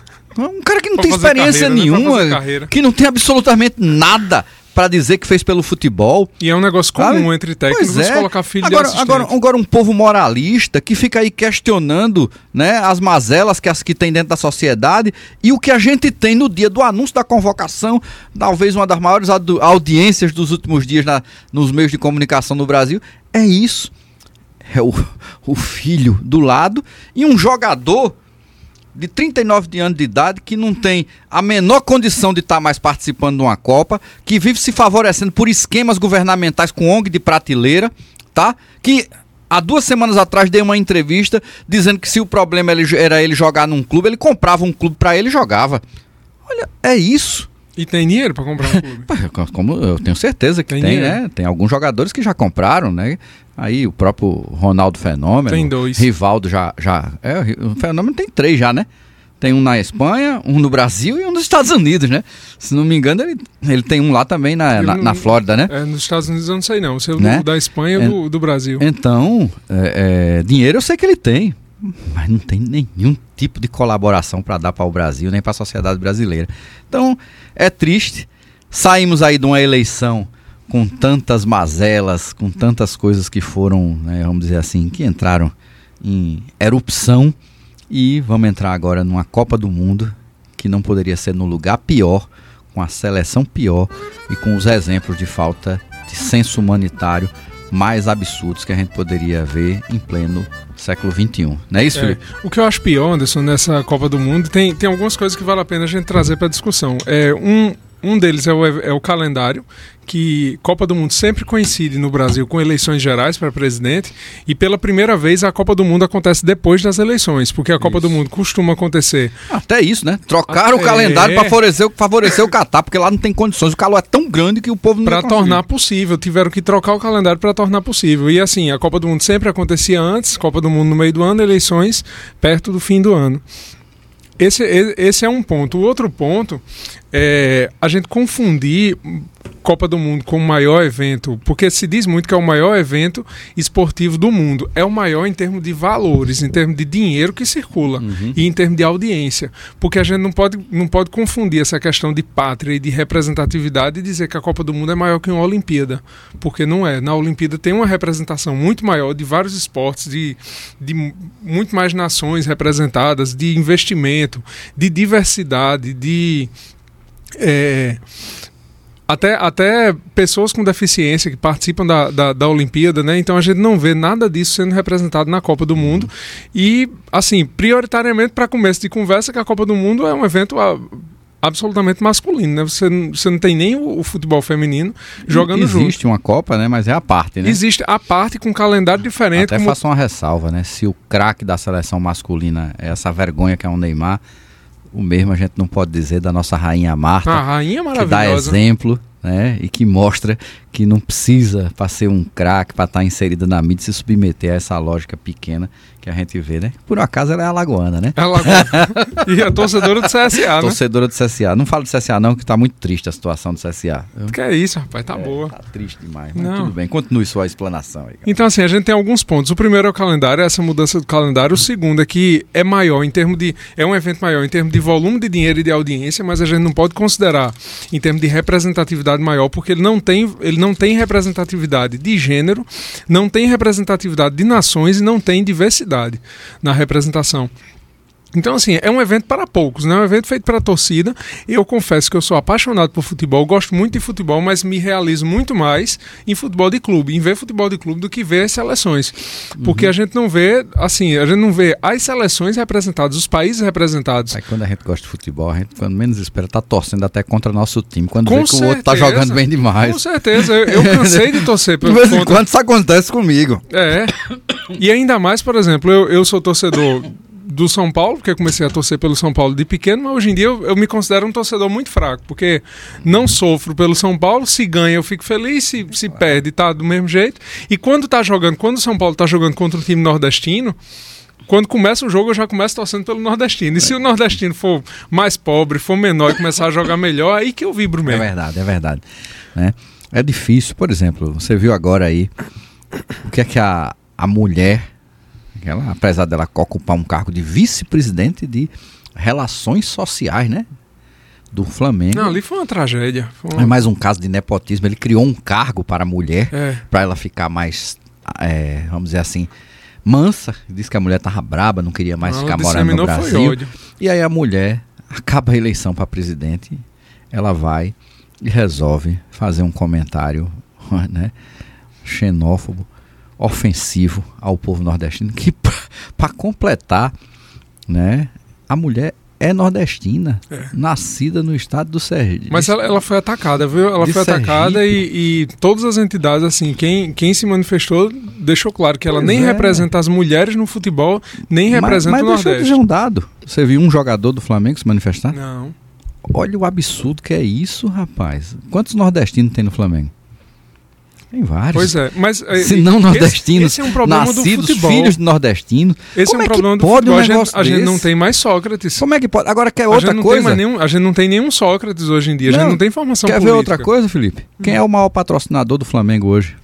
S1: Um cara que não pra tem experiência carreira, nenhuma, né? Que não tem absolutamente nada para dizer que fez pelo futebol.
S2: E é um negócio comum, sabe? Entre técnicos, é. Colocar filho
S1: agora,
S2: de assistente.
S1: Agora, agora um povo moralista que fica aí questionando, né, as mazelas que, as que tem dentro da sociedade e o que a gente tem no dia do anúncio da convocação, talvez uma das maiores audiências dos últimos dias na, nos meios de comunicação no Brasil, é isso. É o, o filho do lado e um jogador de trinta e nove anos de idade que não tem a menor condição de estar mais participando de uma Copa, que vive se favorecendo por esquemas governamentais com O N G de prateleira, tá? Que há duas semanas atrás dei uma entrevista dizendo que se o problema era ele jogar num clube, ele comprava um clube para ele e jogava. Olha, é isso.
S2: E tem dinheiro para comprar um clube?
S1: Como eu tenho certeza que tem, tem né? Tem alguns jogadores que já compraram, né? Aí o próprio Ronaldo Fenômeno.
S2: Tem dois.
S1: Rivaldo já... já é, o Fenômeno tem três já, né? Tem um na Espanha, um no Brasil e um nos Estados Unidos, né? Se não me engano, ele, ele tem um lá também na, na, na Flórida, né?
S2: É, nos Estados Unidos eu não sei não. O seu né? do, da Espanha e é, do, do Brasil.
S1: Então, é, é, dinheiro eu sei que ele tem. Mas não tem nenhum tipo de colaboração para dar para o Brasil, nem para a sociedade brasileira. Então, é triste. Saímos aí de uma eleição com tantas mazelas, com tantas coisas que foram, né, vamos dizer assim, que entraram em erupção. E vamos entrar agora numa Copa do Mundo que não poderia ser no lugar pior, com a seleção pior e com os exemplos de falta de senso humanitário mais absurdos que a gente poderia ver em pleno século vinte e um. Não é isso, Felipe?
S2: É, o que eu acho pior, Anderson, nessa Copa do Mundo, tem, tem algumas coisas que vale a pena a gente trazer para a discussão. É, um, um deles é o, é o calendário, que Copa do Mundo sempre coincide no Brasil com eleições gerais para presidente, e pela primeira vez a Copa do Mundo acontece depois das eleições, porque a Copa isso. do Mundo costuma acontecer...
S1: Até isso, né? Trocaram Até... o calendário para favorecer, favorecer o Catar, porque lá não tem condições, o calor é tão grande que o povo não...
S2: Para tornar possível, tiveram que trocar o calendário para tornar possível. E assim, a Copa do Mundo sempre acontecia antes, Copa do Mundo no meio do ano, eleições perto do fim do ano. Esse, esse é um ponto. O outro ponto é a gente confundir Copa do Mundo com o maior evento, porque se diz muito que é o maior evento esportivo do mundo. É o maior em termos de valores, em termos de dinheiro que circula, uhum. e em termos de audiência. Porque a gente não pode, não pode confundir essa questão de pátria e de representatividade e dizer que a Copa do Mundo é maior que uma Olimpíada. Porque não é. Na Olimpíada tem uma representação muito maior de vários esportes, de, de muito mais nações representadas, de investimento, de diversidade, de... É, Até, até pessoas com deficiência que participam da, da, da Olimpíada, né? Então a gente não vê nada disso sendo representado na Copa do Mundo. E, assim, prioritariamente para começo de conversa, que a Copa do Mundo é um evento a, absolutamente masculino, né? Você, você não tem nem o, o futebol feminino jogando
S1: Existe
S2: junto.
S1: Existe uma Copa, né? Mas é a parte, né?
S2: Existe a parte com um calendário diferente.
S1: Até
S2: como...
S1: faço uma ressalva, né? Se o craque da seleção masculina é essa vergonha que é o Neymar, o mesmo a gente não pode dizer da nossa rainha Marta.
S2: A rainha é maravilhosa.
S1: Que dá exemplo, né? E que mostra que não precisa, para ser um craque, para estar inserida na mídia, se submeter a essa lógica pequena que a gente vê, né? Por um acaso ela é alagoana, né?
S2: É alagoana. E a torcedora do C S A, né?
S1: Torcedora do C S A. Não falo do C S A não, que tá muito triste a situação do C S A.
S2: Que é isso, rapaz, tá
S1: é,
S2: boa.
S1: Tá triste demais, mas
S2: não.
S1: tudo bem. Continue sua explanação aí. Cara.
S2: Então assim, a gente tem alguns pontos. O primeiro é o calendário, essa mudança do calendário. O segundo é que é maior em termos de... É um evento maior em termos de volume de dinheiro e de audiência, mas a gente não pode considerar em termos de representatividade maior, porque ele não tem, ele não tem representatividade de gênero, não tem representatividade de nações e não tem diversidade na representação. Então, assim, é um evento para poucos, né? É um evento feito para a torcida. Eu confesso que eu sou apaixonado por futebol, gosto muito de futebol, mas me realizo muito mais em futebol de clube, em ver futebol de clube do que ver as seleções. Porque uhum. a gente não vê, assim, a gente não vê as seleções representadas, os países representados.
S1: Aí quando a gente gosta de futebol, a gente, quando menos espera, tá torcendo até contra nosso time. Quando
S2: Com
S1: vê que
S2: certeza.
S1: o outro tá jogando bem demais.
S2: Com certeza. Eu, eu cansei de torcer pelo
S1: contra... Quando isso acontece comigo.
S2: É. E ainda mais, por exemplo, eu, eu sou torcedor do São Paulo, porque eu comecei a torcer pelo São Paulo de pequeno, mas hoje em dia eu, eu me considero um torcedor muito fraco, porque não sofro pelo São Paulo, se ganha eu fico feliz, se, se perde tá do mesmo jeito, e quando tá jogando, quando o São Paulo tá jogando contra um time nordestino, quando começa o jogo eu já começo torcendo pelo nordestino, e se o nordestino for mais pobre, for menor e começar a jogar melhor, aí que eu vibro mesmo.
S1: É verdade, é verdade. Né? É difícil, por exemplo, você viu agora aí, o que é que a, a mulher... Ela, apesar dela ocupar um cargo de vice-presidente de relações sociais, né? Do Flamengo.
S2: Não, ali foi uma tragédia. Foi uma...
S1: É mais um caso de nepotismo. Ele criou um cargo para a mulher,
S2: é.
S1: para ela ficar mais, é, vamos dizer assim, mansa. Disse que a mulher estava braba, não queria mais não, ficar morando no Brasil. E aí a mulher acaba a eleição para presidente, ela vai e resolve fazer um comentário, né, xenófobo, ofensivo ao povo nordestino, que para completar, né, a mulher é nordestina, é. nascida no estado do Sergipe.
S2: Mas ela, ela foi atacada, viu? Ela foi Sergipe. atacada e, e todas as entidades, assim, quem, quem se manifestou deixou claro que ela pois nem é. representa as mulheres no futebol, nem mas, representa
S1: mas
S2: o Nordeste.
S1: Mas deixa eu dizer um dado. Você viu um jogador do Flamengo se manifestar?
S2: Não.
S1: Olha o absurdo que é isso, rapaz. Quantos nordestinos tem no Flamengo? Tem vários.
S2: Pois é, mas
S1: se não nordestinos,
S2: esse, esse é um problema
S1: nascidos,
S2: do futebol.
S1: filhos de nordestinos.
S2: Esse
S1: como
S2: é um
S1: é
S2: problema
S1: que
S2: do
S1: pode
S2: futebol.
S1: Um
S2: a, gente, a gente não
S1: desse?
S2: tem mais Sócrates.
S1: Como é que pode? Agora quer outra
S2: a
S1: coisa?
S2: Nenhum, a gente não tem nenhum Sócrates hoje em dia.
S1: Não,
S2: a gente não tem formação
S1: quer
S2: política.
S1: Quer ver outra coisa, Felipe? Hum. Quem é o maior patrocinador do Flamengo hoje?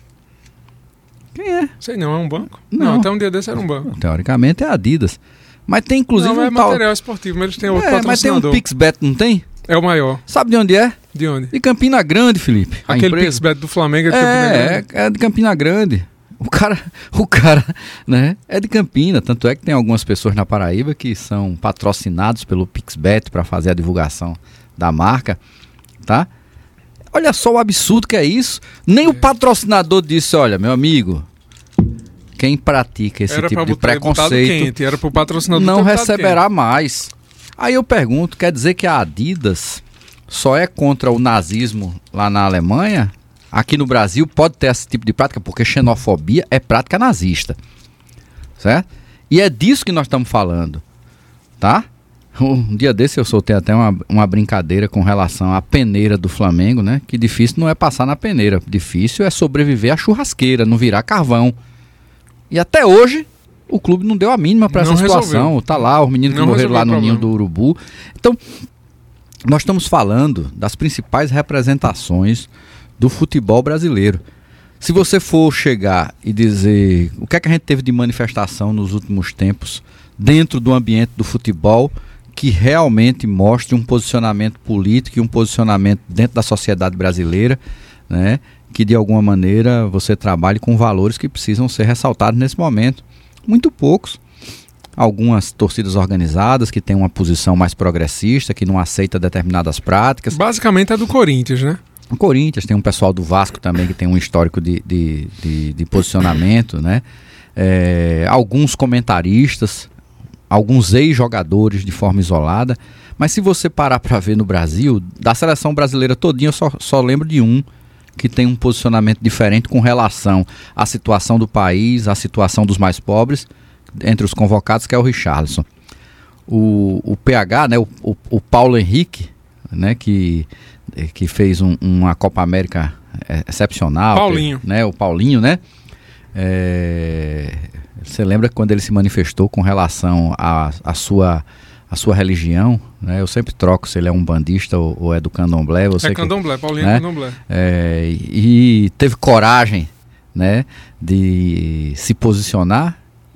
S1: Quem é?
S2: Sei não, é um banco?
S1: Não,
S2: não até um dia desse era um banco.
S1: Teoricamente é a Adidas. Mas tem inclusive
S2: não,
S1: um
S2: é
S1: tal...
S2: material esportivo, mas eles têm outro
S1: é,
S2: patrocinador.
S1: Mas tem um Pixbet, não tem?
S2: É o maior.
S1: Sabe de onde é?
S2: De onde?
S1: De Campina Grande, Felipe.
S2: Aquele Pixbet do Flamengo é de Campina
S1: é,
S2: Grande?
S1: É, é de Campina Grande. O cara, o cara, né, é de Campina. Tanto é que tem algumas pessoas na Paraíba que são patrocinados pelo Pixbet para fazer a divulgação da marca, tá? Olha só o absurdo que é isso. Nem é. o patrocinador disse, olha, meu amigo, quem pratica esse
S2: era
S1: tipo de
S2: botar,
S1: preconceito
S2: quente, era pro patrocinador
S1: não receberá quente. mais. Aí eu pergunto, quer dizer que a Adidas só é contra o nazismo lá na Alemanha? Aqui no Brasil pode ter esse tipo de prática, porque xenofobia é prática nazista, certo? E é disso que nós estamos falando, tá? Um dia desse eu soltei até uma, uma brincadeira com relação à peneira do Flamengo, né? Que difícil não é passar na peneira, difícil é sobreviver à churrasqueira, não virar carvão. E até hoje o clube não deu a mínima para essa situação. Resolveu. Tá lá, os meninos que não morreram lá no ninho do urubu. Então, nós estamos falando das principais representações do futebol brasileiro. Se você for chegar e dizer o que é que a gente teve de manifestação nos últimos tempos dentro do ambiente do futebol que realmente mostre um posicionamento político e um posicionamento dentro da sociedade brasileira, né, que de alguma maneira você trabalhe com valores que precisam ser ressaltados nesse momento. Muito poucos. Algumas torcidas organizadas que têm uma posição mais progressista, que não aceita determinadas práticas.
S2: Basicamente é do Corinthians, né?
S1: O Corinthians, tem um pessoal do Vasco também que tem um histórico de, de, de, de posicionamento, né? É, alguns comentaristas, alguns ex-jogadores de forma isolada, mas se você parar para ver no Brasil, da seleção brasileira todinha, eu só, só lembro de um que tem um posicionamento diferente com relação à situação do país, à situação dos mais pobres, entre os convocados, que é o Richarlison. O, o P H, né, o, o, o Paulo Henrique, né, que, que fez um, uma Copa América excepcional.
S2: Paulinho.
S1: Que, né, o Paulinho, né? É, você lembra quando ele se manifestou com relação à a, a sua... a sua religião, né? Eu sempre troco se ele é um bandista ou, ou é do candomblé. Você
S2: é candomblé, que, Paulinho, né? Candomblé.
S1: É, e teve coragem, né, de se posicionar,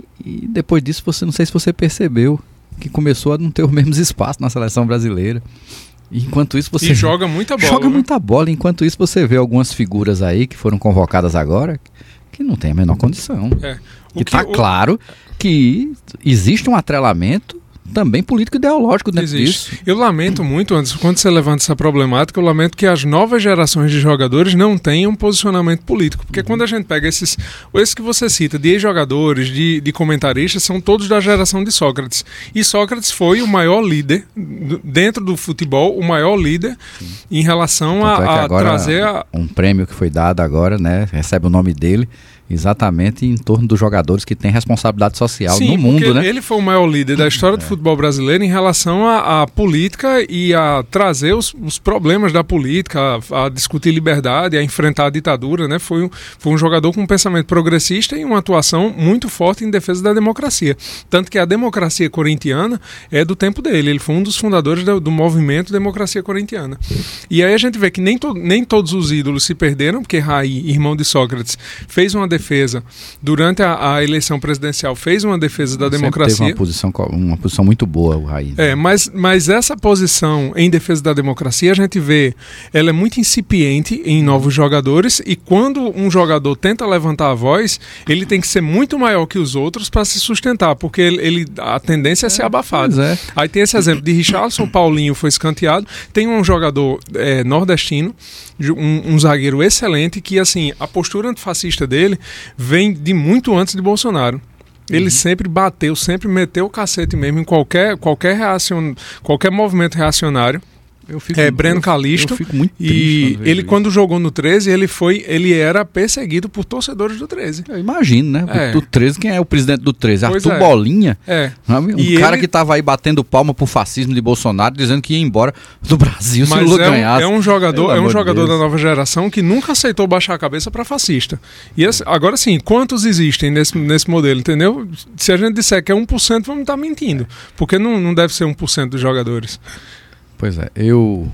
S1: e depois disso, você, não sei se você percebeu, que começou a não ter os mesmos espaços na seleção brasileira. E enquanto isso você...
S2: E joga muita bola.
S1: Joga
S2: né?
S1: muita bola. Enquanto isso você vê algumas figuras aí que foram convocadas agora que não tem a menor condição. É. O que está o... claro que existe um atrelamento também político e ideológico dentro
S2: Existe.
S1: disso.
S2: Eu lamento muito, Anderson, quando você levanta essa problemática, eu lamento que as novas gerações de jogadores não tenham um posicionamento político. Porque uhum. quando a gente pega esses, esses que você cita, de ex-jogadores, de, de comentaristas, são todos da geração de Sócrates. E Sócrates foi o maior líder, dentro do futebol, o maior líder Sim. em relação Tanto a, é a trazer... A...
S1: Um prêmio que foi dado agora, né, recebe o nome dele, exatamente em torno dos jogadores que têm responsabilidade social
S2: Sim,
S1: no mundo, né?
S2: Ele foi o maior líder da história do é. futebol brasileiro em relação à, à política e a trazer os, os problemas da política, a, a discutir liberdade, a enfrentar a ditadura, né? Foi um, foi um jogador com um pensamento progressista e uma atuação muito forte em defesa da democracia. Tanto que a democracia corintiana é do tempo dele. Ele foi um dos fundadores do, do movimento Democracia Corintiana. E aí a gente vê que nem, to, nem todos os ídolos se perderam, porque Raí, irmão de Sócrates, fez uma defesa durante a, a eleição presidencial, fez uma defesa da
S1: Sempre
S2: democracia.
S1: Teve uma posição, uma posição muito boa, o Raí.
S2: É, mas, mas essa posição em defesa da democracia, a gente vê, ela é muito incipiente em novos jogadores, e quando um jogador tenta levantar a voz, ele tem que ser muito maior que os outros para se sustentar, porque ele, ele, a tendência é, é ser abafado.
S1: É.
S2: Aí tem esse exemplo de Richarlison, Paulinho foi escanteado, tem um jogador é, nordestino, um, um zagueiro excelente, que assim, a postura antifascista dele vem de muito antes de Bolsonaro. Ele uhum. sempre bateu, sempre meteu o cacete mesmo em qualquer, qualquer, reacion... qualquer movimento reacionário. Eu fico, é, Breno Calixto.
S1: Eu fico muito
S2: triste. E ele, isso. quando jogou no treze, ele, foi, ele era perseguido por torcedores do treze.
S1: Eu imagino, né? É. Do treze, quem é o presidente do treze?
S2: Pois
S1: Arthur
S2: é.
S1: Bolinha.
S2: É.
S1: Um e cara ele... que estava aí batendo palma pro fascismo de Bolsonaro, dizendo que ia embora do Brasil
S2: Mas
S1: se o Lula
S2: é um,
S1: ganhasse.
S2: É um jogador, é um jogador da nova geração que nunca aceitou baixar a cabeça para fascista. E esse, agora sim, quantos existem nesse, nesse modelo, entendeu? Se a gente disser que é um por cento, vamos estar mentindo. Porque não, não deve ser um por cento dos jogadores.
S1: Pois é, eu...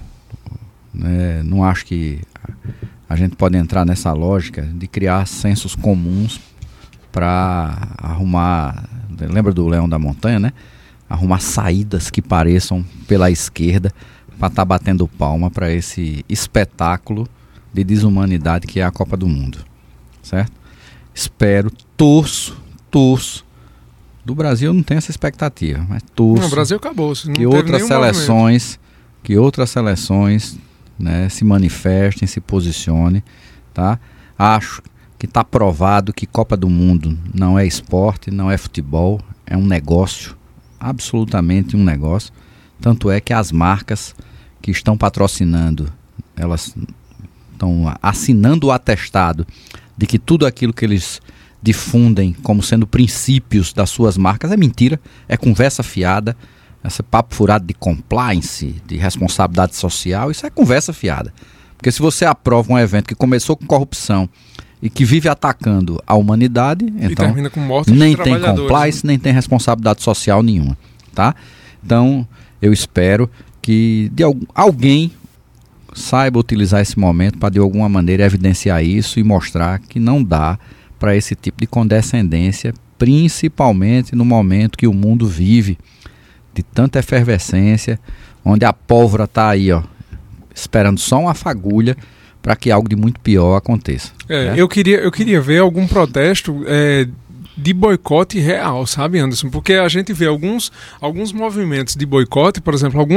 S1: É, não acho que a gente pode entrar nessa lógica de criar sensos comuns para arrumar, lembra do Leão da Montanha, né? Arrumar saídas que pareçam pela esquerda para estar tá batendo palma para esse espetáculo de desumanidade que é a Copa do Mundo, certo? Espero, torço, torço. Do Brasil eu não tenho essa expectativa, mas torço.
S2: Não, o Brasil acabou. Não
S1: que outras seleções, movimento. que outras seleções Né, se manifestem, se posicionem, tá? Acho que está provado que Copa do Mundo não é esporte, não é futebol, é um negócio, absolutamente um negócio. Tanto é que as marcas que estão patrocinando, elas estão assinando o atestado de que tudo aquilo que eles difundem como sendo princípios das suas marcas é mentira, é conversa fiada. Esse papo furado de compliance, de responsabilidade social, isso é conversa fiada. Porque se você aprova um evento que começou com corrupção e que vive atacando a humanidade,
S2: e
S1: então
S2: termina com morte
S1: nem
S2: de
S1: tem compliance, né? nem tem responsabilidade social nenhuma, tá? Então, eu espero que de algum, alguém saiba utilizar esse momento para de alguma maneira evidenciar isso e mostrar que não dá para esse tipo de condescendência, principalmente no momento que o mundo vive de tanta efervescência, onde a pólvora está aí, ó, esperando só uma fagulha para que algo de muito pior aconteça.
S2: É,
S1: né?
S2: eu, queria, eu queria ver algum protesto é, de boicote real, sabe, Anderson? Porque a gente vê alguns, alguns movimentos de boicote, por exemplo, algumas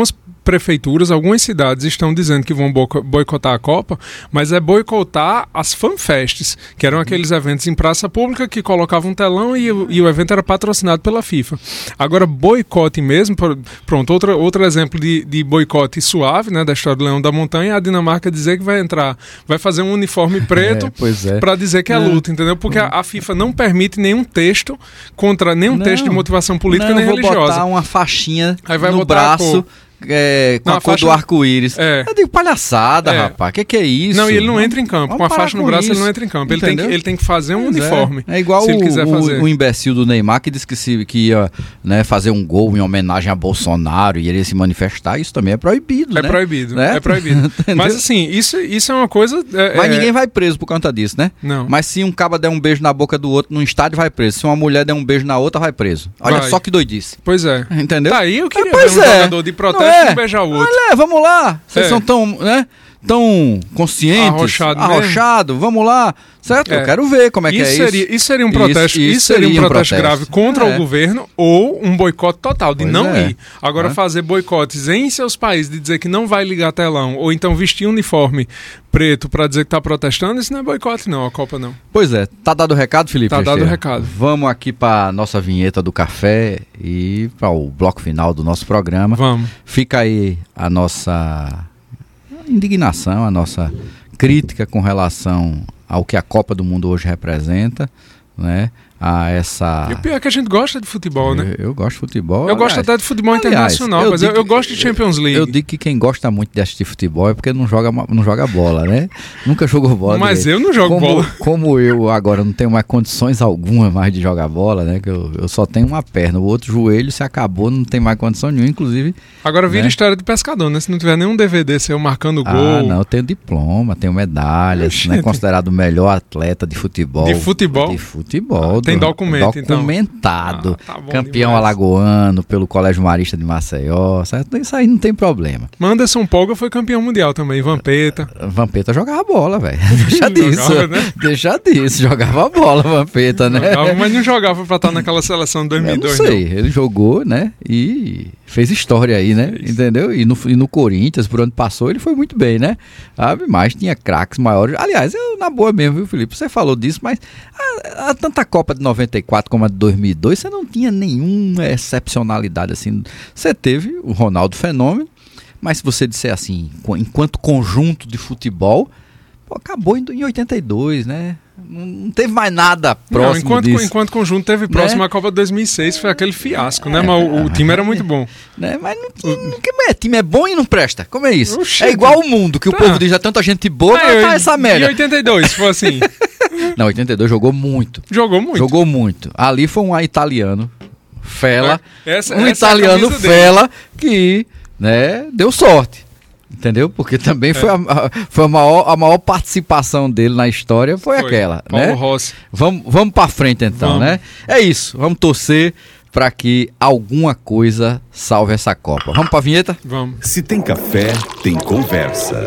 S2: prefeituras, algumas cidades estão dizendo que vão boicotar a Copa, mas é boicotar as fanfests, que eram aqueles eventos em praça pública que colocavam um telão e, e o evento era patrocinado pela FIFA. Agora, boicote mesmo, pronto, outro, outro exemplo de, de boicote suave, né, da história do Leão da Montanha, a Dinamarca dizer que vai entrar, vai fazer um uniforme preto é, é. para dizer que é luta, entendeu? Porque a, a FIFA não permite nenhum texto contra nenhum não, texto de motivação política
S1: não,
S2: nem
S1: vou
S2: religiosa.
S1: Botar uma faixinha
S2: Aí vai
S1: no
S2: botar
S1: braço. É, com não, a, a cor faixa... do arco-íris. É. Eu digo, palhaçada, é. rapaz. O que, que é isso?
S2: Não, e ele não entra em campo. Vamos com a faixa no braço, isso. ele não entra em campo. Ele tem, que, ele tem que fazer um pois uniforme.
S1: É, é igual o, o, o imbecil do Neymar que disse que, se, que ia né, fazer um gol em homenagem a Bolsonaro e ele ia se manifestar. Isso também é proibido.
S2: É
S1: né?
S2: proibido.
S1: Né?
S2: É proibido. Mas assim, isso, isso é uma coisa. É,
S1: Mas ninguém vai preso por conta disso, né?
S2: Não.
S1: Mas se um caba der um beijo na boca do outro num estádio, vai preso. Se uma mulher der um beijo na outra, vai preso. Olha
S2: vai.
S1: só que doidice.
S2: Pois é.
S1: Entendeu?
S2: Tá aí eu queria
S1: é,
S2: ver um
S1: é.
S2: jogador de protesto e beijar o outro.
S1: Olha, vamos lá. Vocês
S2: É.
S1: são tão, né, tão conscientes,
S2: Arrochado
S1: arrochado, vamos lá, certo?
S2: É.
S1: Eu quero ver como é que
S2: Isso
S1: é
S2: seria,
S1: isso.
S2: isso seria um protesto,
S1: Isso-
S2: isso,
S1: isso
S2: seria um
S1: seria um
S2: protesto,
S1: protesto.
S2: grave contra
S1: É.
S2: o governo ou um boicote total, de
S1: Pois
S2: não
S1: é.
S2: ir. Agora,
S1: É.
S2: fazer boicotes em seus países, de dizer que não vai ligar telão, ou então vestir uniforme preto para dizer que está protestando, isso não é boicote não, a Copa não.
S1: Pois é, tá dado o recado, Felipe?
S2: Tá dado
S1: Teixeira?
S2: o recado.
S1: Vamos aqui para nossa vinheta do café e para o bloco final do nosso programa.
S2: Vamos.
S1: Fica aí a nossa indignação, a nossa crítica com relação ao que a Copa do Mundo hoje representa, né? A essa...
S2: E o pior é que a gente gosta de futebol, né?
S1: Eu, eu gosto de futebol.
S2: Eu gosto
S1: aliás,
S2: até de futebol
S1: aliás,
S2: internacional,
S1: eu
S2: mas eu,
S1: digo-
S2: eu gosto de Champions League.
S1: Eu digo que quem gosta muito de assistir futebol é porque não joga, ma- não joga bola, né? Nunca jogou bola.
S2: Mas
S1: direito.
S2: eu não jogo
S1: como,
S2: bola.
S1: Como eu agora não tenho mais condições alguma mais de jogar bola, né? Que eu, eu só tenho uma perna, o outro joelho se acabou, não tem mais condição nenhuma, inclusive...
S2: Agora vira
S1: né?
S2: história de pescador, né? Se não tiver nenhum D V D seu marcando o gol.
S1: Ah, não, eu tenho diploma, tenho medalhas,
S2: Oxente.
S1: né? Considerado o melhor atleta de futebol.
S2: De futebol?
S1: De futebol.
S2: Ah, tem
S1: do-
S2: documento, então.
S1: Documentado.
S2: Ah, tá bom
S1: Campeão
S2: demais.
S1: alagoano pelo Colégio Marista de Maceió, certo? Isso aí não tem problema.
S2: Anderson Polga foi campeão mundial também, Vampeta.
S1: Vampeta jogava bola, velho. Deixa
S2: Jogava,
S1: disso.
S2: né?
S1: Deixa disso. Jogava bola, Vampeta, né?
S2: Jogava, mas não jogava pra estar naquela seleção de dois mil e
S1: Eu não
S2: dois,
S1: sei. Ele jogou, né? E fez história aí, né?
S2: Fez.
S1: Entendeu? E no, e no Corinthians, por onde passou, ele foi muito bem, né? Sabe? Mas tinha craques maiores. Aliás, eu, na boa mesmo, viu, Felipe? Você falou disso, mas a, a, tanto a Copa de noventa e quatro como a de dois mil e dois, você não tinha nenhuma excepcionalidade assim. Você teve o Ronaldo Fenômeno, mas se você disser assim, co- enquanto conjunto de futebol, pô, acabou em, em oitenta e dois, né? Não, não teve mais nada próximo
S2: Não, enquanto,
S1: disso.
S2: enquanto conjunto teve próximo
S1: Né?
S2: a Copa de dois mil e seis, foi aquele fiasco, né? Mas o, o time era muito bom.
S1: Né? Mas não, tinha- não, que é, time é bom e não presta. Como é isso?
S2: Oxente.
S1: É igual o mundo, que o
S2: Tá.
S1: povo diz, já tanta gente boa,
S2: Ah,
S1: mas
S2: eu-
S1: tá essa
S2: E
S1: merda.
S2: oitenta e dois, foi assim.
S1: Não, oitenta e dois jogou muito.
S2: Jogou muito.
S1: Jogou muito. Ali foi um italiano, Fela,
S2: Essa-
S1: um
S2: essa é a
S1: italiano
S2: camisa dele.
S1: Fela que, né, deu sorte. Entendeu? Porque também
S2: É.
S1: foi, a, a- foi a, maior, a maior participação dele na história foi,
S2: Foi.
S1: aquela,
S2: Paulo
S1: né?
S2: Rossi.
S1: Vamos, vamos para frente então,
S2: Vamos.
S1: né? É isso. Vamos torcer para que alguma coisa salve essa Copa. Vamos para a vinheta?
S2: Vamos.
S3: Se tem café, tem conversa.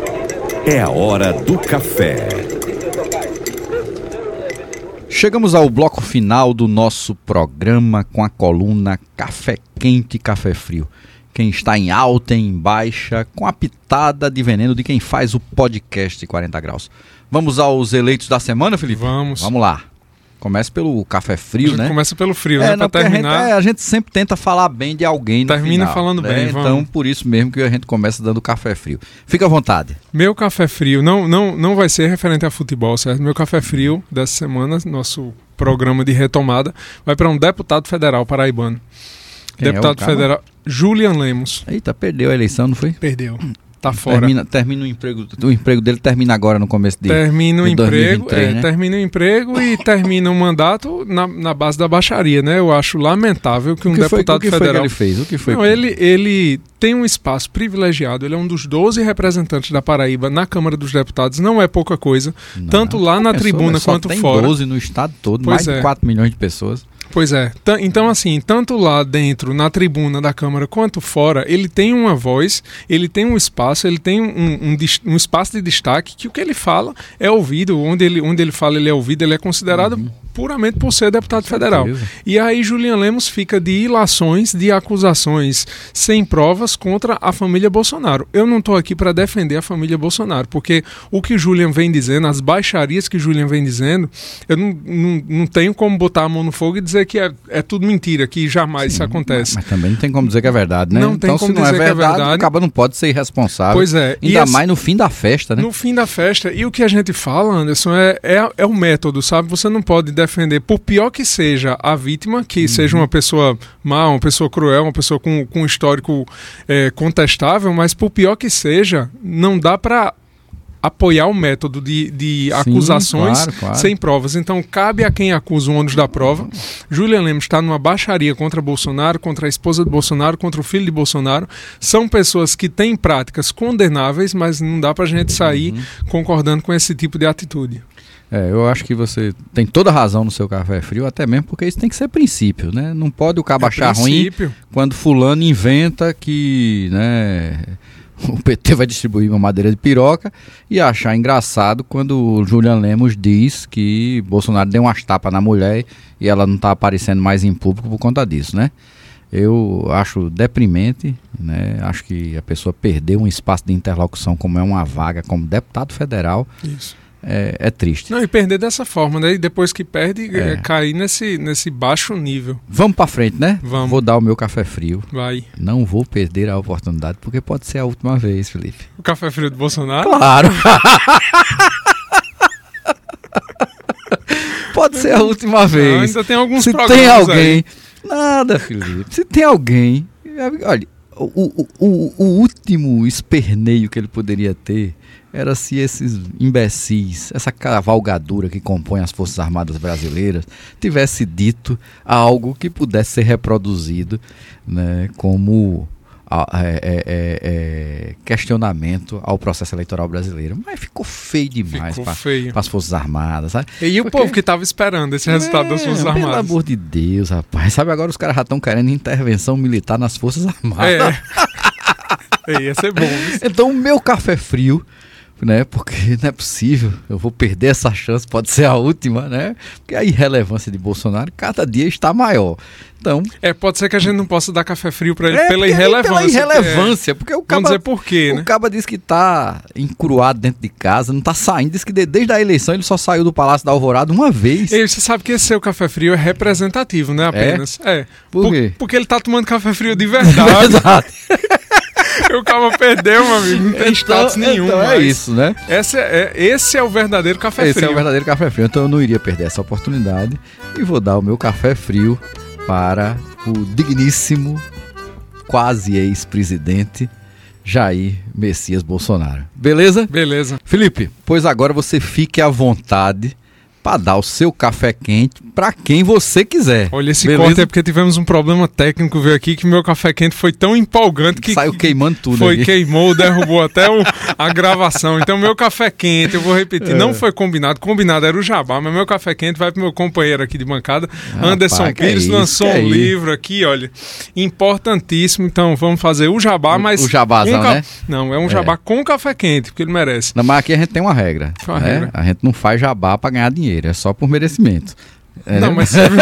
S3: É a hora do café.
S1: Chegamos ao bloco final do nosso programa com a coluna Café Quente e Café Frio. Quem está em alta e em baixa, com a pitada de veneno de quem faz o podcast quarenta graus. Vamos aos eleitos da semana, Felipe?
S2: Vamos.
S1: Vamos lá. Comece pelo Café
S2: A
S1: Frio,
S2: gente
S1: né?
S2: começa pelo frio,
S1: É,
S2: né?
S1: não,
S2: Pra
S1: porque a gente,
S2: terminar.
S1: é, a gente sempre tenta falar bem de alguém no
S2: Termina
S1: final,
S2: falando
S1: né?
S2: bem,
S1: Então,
S2: vamos.
S1: por isso mesmo que a gente começa dando Café Frio. Fica à vontade.
S2: Meu café frio não, não, não vai ser referente a futebol, certo? Meu café frio dessa semana, nosso programa de retomada, vai para um deputado federal paraibano.
S1: Quem é o
S2: deputado
S1: cara?
S2: federal Julian Lemos.
S1: Eita, perdeu a eleição, não foi?
S2: Perdeu. Tá fora.
S1: Termina, termina o emprego. O emprego dele termina agora no começo de
S2: Termina o
S1: de
S2: emprego,
S1: dois mil e vinte e três,
S2: é,
S1: né?
S2: termina o emprego e termina o mandato na, na base da baixaria, né? Eu acho lamentável que um
S1: O que foi,
S2: deputado
S1: o que foi que
S2: federal
S1: ele fez? O que foi?
S2: Não,
S1: que-
S2: ele, ele tem um espaço privilegiado, ele é um dos doze representantes da Paraíba na Câmara dos Deputados, não é pouca coisa,
S1: Não,
S2: tanto lá na
S1: pensou,
S2: tribuna
S1: mas só
S2: quanto
S1: tem
S2: fora.
S1: doze no estado todo,
S2: Pois
S1: mais
S2: é.
S1: de quatro milhões de pessoas.
S2: Pois é. T- Então, assim, tanto lá dentro, na tribuna da Câmara, quanto fora, ele tem uma voz, ele tem um espaço, ele tem um, um, dis- um espaço de destaque que o que ele fala é ouvido, onde ele, onde ele fala ele é ouvido, ele é considerado puramente por ser deputado federal. E aí Julian Lemos fica de ilações, de acusações sem provas contra a família Bolsonaro. Eu não estou aqui para defender a família Bolsonaro, porque o que Julian vem dizendo, as baixarias que Julian vem dizendo, eu não, não, não tenho como botar a mão no fogo e dizer que é, é tudo mentira, que jamais Sim, isso acontece.
S1: Mas, mas também não tem como dizer que é verdade, né?
S2: Não tem
S1: então,
S2: como
S1: se não
S2: dizer
S1: é verdade,
S2: que é verdade,
S1: o cabo não pode ser irresponsável.
S2: Pois é.
S1: Ainda esse, mais no fim da festa, né?
S2: No fim da festa. E o que a gente fala, Anderson, é, é, é o método, sabe? Você não pode defender, por pior que seja a vítima, que uhum. seja uma pessoa má, uma pessoa cruel, uma pessoa com, com um histórico é, contestável, mas por pior que seja, não dá para apoiar o método de, de Sim, acusações claro, claro. sem provas. Então, cabe a quem acusa o ônus da prova. Julian Lemos está numa baixaria contra Bolsonaro, contra a esposa de Bolsonaro, contra o filho de Bolsonaro. São pessoas que têm práticas condenáveis, mas não dá para a gente sair uhum. concordando com esse tipo de atitude.
S1: É, eu acho que você tem toda a razão no seu café frio, até mesmo porque isso tem que ser princípio, né? Não pode o cabo é achar princípio. ruim quando fulano inventa que, né, o P T vai distribuir uma madeira de piroca e achar engraçado quando o Julian Lemos diz que Bolsonaro deu umas tapas na mulher e ela não está aparecendo mais em público por conta disso, né? Eu acho deprimente, né? Acho que a pessoa perdeu um espaço de interlocução como é uma vaga como deputado federal.
S2: Isso.
S1: É, é triste.
S2: Não, e perder dessa forma, né? E depois que perde, é. cair nesse, nesse baixo nível.
S1: Vamos pra frente, né?
S2: Vamos.
S1: Vou dar o meu café frio.
S2: Vai.
S1: Não vou perder a oportunidade, porque pode ser a última vez, Felipe.
S2: O café frio do Bolsonaro?
S1: Claro! Pode ser a última vez. Não,
S2: ainda tem alguns
S1: Se
S2: programas
S1: tem alguém...
S2: aí.
S1: Nada, Felipe. Se tem alguém... Olha, o, o, o, o último esperneio que ele poderia ter era se esses imbecis, essa cavalgadura que compõe as Forças Armadas Brasileiras, tivesse dito algo que pudesse ser reproduzido, né, como é, é, é, questionamento ao processo eleitoral brasileiro. Mas ficou feio demais para as Forças Armadas. Sabe?
S2: E o Porque, povo que estava esperando esse resultado é, das Forças Armadas.
S1: Pelo amor de Deus, rapaz. Sabe, agora os caras já estão querendo intervenção militar nas Forças Armadas.
S2: É. Ia ser bom.
S1: Então o meu café frio, né, porque não é possível, eu vou perder essa chance, pode ser a última, né, porque a irrelevância de Bolsonaro cada dia está maior. Então,
S2: é, pode ser que a gente não possa dar café frio para ele é, pela irrelevância. Pela
S1: irrelevância, é, porque o caba,
S2: vamos dizer por quê,
S1: o
S2: né?
S1: caba diz que está encruado dentro de casa, não está saindo, diz que desde a eleição ele só saiu do Palácio da Alvorada uma vez.
S2: E você sabe que esse seu café frio é representativo, né, apenas? É. é.
S1: Por, por quê?
S2: Porque ele está tomando café frio de verdade.
S1: Verdade.
S2: O cara perdeu, meu amigo. Não tem então, status nenhum.
S1: Então é isso, né?
S2: Esse é, é, esse é o verdadeiro café
S1: esse
S2: frio.
S1: Esse é o verdadeiro café frio. Então eu não iria perder essa oportunidade e vou dar o meu café frio para o digníssimo, quase ex-presidente Jair Messias Bolsonaro. Beleza?
S2: Beleza.
S1: Felipe, pois agora você fique à vontade para dar o seu café quente para quem você quiser.
S2: Olha, esse
S1: Beleza?
S2: corte é porque tivemos um problema técnico, veio aqui, que meu café quente foi tão empolgante que...
S1: Saiu queimando tudo.
S2: Foi,
S1: aqui.
S2: queimou, derrubou até o, a gravação. Então, meu café quente, eu vou repetir, é. não foi combinado. Combinado era o jabá, mas meu café quente vai pro meu companheiro aqui de bancada, ah, Anderson pá, Pires, é lançou um é livro aqui, olha, importantíssimo. Então, vamos fazer o jabá,
S1: o,
S2: mas...
S1: O jabazão,
S2: um ca...
S1: né?
S2: Não, é um jabá é. com café quente, porque ele merece.
S1: Não, mas aqui a gente tem uma regra.
S2: Qual a
S1: né?
S2: regra?
S1: A gente não faz jabá para ganhar dinheiro, é só por merecimento. É,
S2: não,
S1: né?
S2: mas... é,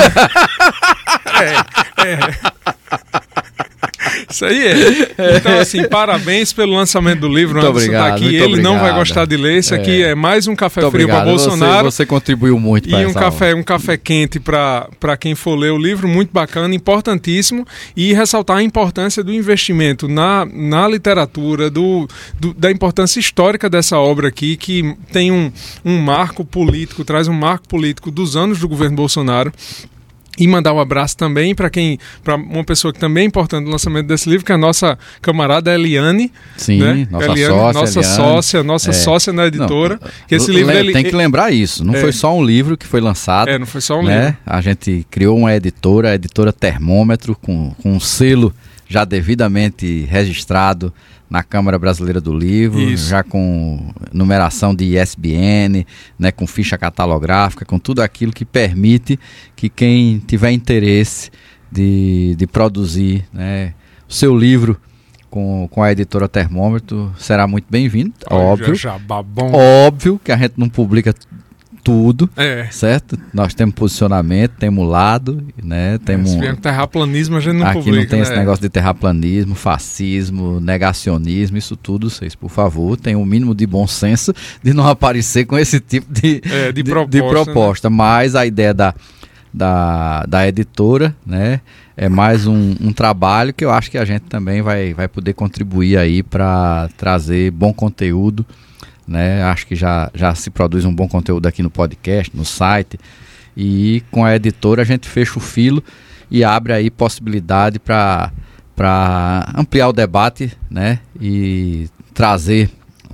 S2: é. Isso aí é. Então, assim, parabéns pelo lançamento do livro.
S1: Muito obrigado,
S2: daqui.
S1: muito
S2: Ele
S1: obrigado.
S2: não vai gostar de ler. Esse aqui é, é mais um café
S1: muito
S2: frio para Bolsonaro.
S1: Você, você contribuiu muito para
S2: E um café, um café quente para quem for ler o livro. Muito bacana, importantíssimo. E ressaltar a importância do investimento na, na literatura, do, do, da importância histórica dessa obra aqui, que tem um, um marco político, traz um marco político dos anos do governo Bolsonaro. E mandar um abraço também para quem, para uma pessoa que também é importante no lançamento desse livro, que é a nossa camarada Eliane.
S1: Sim,
S2: né?
S1: nossa
S2: Eliane,
S1: sócia.
S2: Nossa
S1: Eliane.
S2: sócia, nossa
S1: é.
S2: sócia na editora.
S1: Não,
S2: que esse livro
S1: le,
S2: ele,
S1: tem que lembrar isso, não
S2: é.
S1: foi só um livro que foi lançado.
S2: É, não foi só um
S1: né?
S2: livro.
S1: A gente criou uma editora, a editora Termômetro, com, com um selo já devidamente registrado na Câmara Brasileira do Livro,
S2: Isso.
S1: já com numeração de I S B N, né, com ficha catalográfica, com tudo aquilo que permite que quem tiver interesse de, de produzir, né, o seu livro com, com a editora Termômetro será muito bem-vindo. Óbvio,
S2: já, já, babom.
S1: óbvio que a gente não publica tudo, é. certo? Nós temos posicionamento, temos lado, né? Temos,
S2: é, se vier terraplanismo, a gente não
S1: aqui
S2: publica.
S1: Aqui não tem
S2: né?
S1: esse negócio de terraplanismo, fascismo, negacionismo, isso tudo, vocês, por favor, tenham o mínimo de bom senso de não aparecer com esse tipo de,
S2: é, de,
S1: de
S2: proposta.
S1: De proposta. Né? Mas a ideia da, da, da editora, né? É mais um, um trabalho que eu acho que a gente também vai, vai poder contribuir aí para trazer bom conteúdo, né? Acho que já, já se produz um bom conteúdo aqui no podcast, no site, e com a editora a gente fecha o filo e abre aí possibilidade para para ampliar o debate, né? E trazer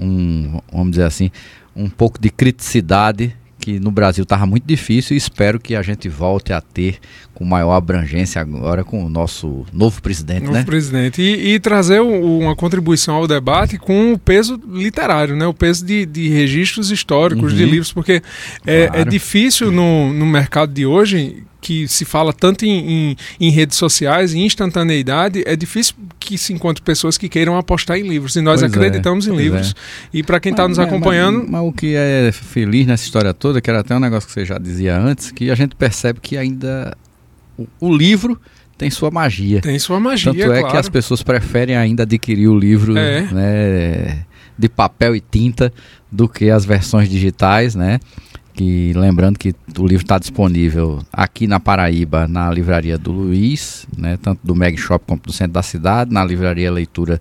S1: um, vamos dizer assim, um pouco de criticidade que no Brasil estava muito difícil, e espero que a gente volte a ter com maior abrangência agora com o nosso novo presidente,
S2: novo
S1: né?
S2: presidente. E, e trazer o, uma contribuição ao debate com o peso literário, né? O peso de, de registros históricos, uhum. de livros, porque é, claro. é difícil no, no mercado de hoje, que se fala tanto em, em, em redes sociais, em instantaneidade, é difícil que se encontre pessoas que queiram apostar em livros, e nós pois acreditamos é, em livros. É. E para quem está nos acompanhando...
S1: Mas, mas, mas o que é feliz nessa história toda, que era até um negócio que você já dizia antes, que a gente percebe que ainda o, o livro tem sua magia.
S2: Tem sua magia,
S1: Tanto é
S2: claro.
S1: que as pessoas preferem ainda adquirir o livro é. né, de papel e tinta do que as versões digitais, né? Que, lembrando que o livro está disponível aqui na Paraíba, na livraria do Luiz, né, tanto do Meg Shop como do centro da cidade, na livraria Leitura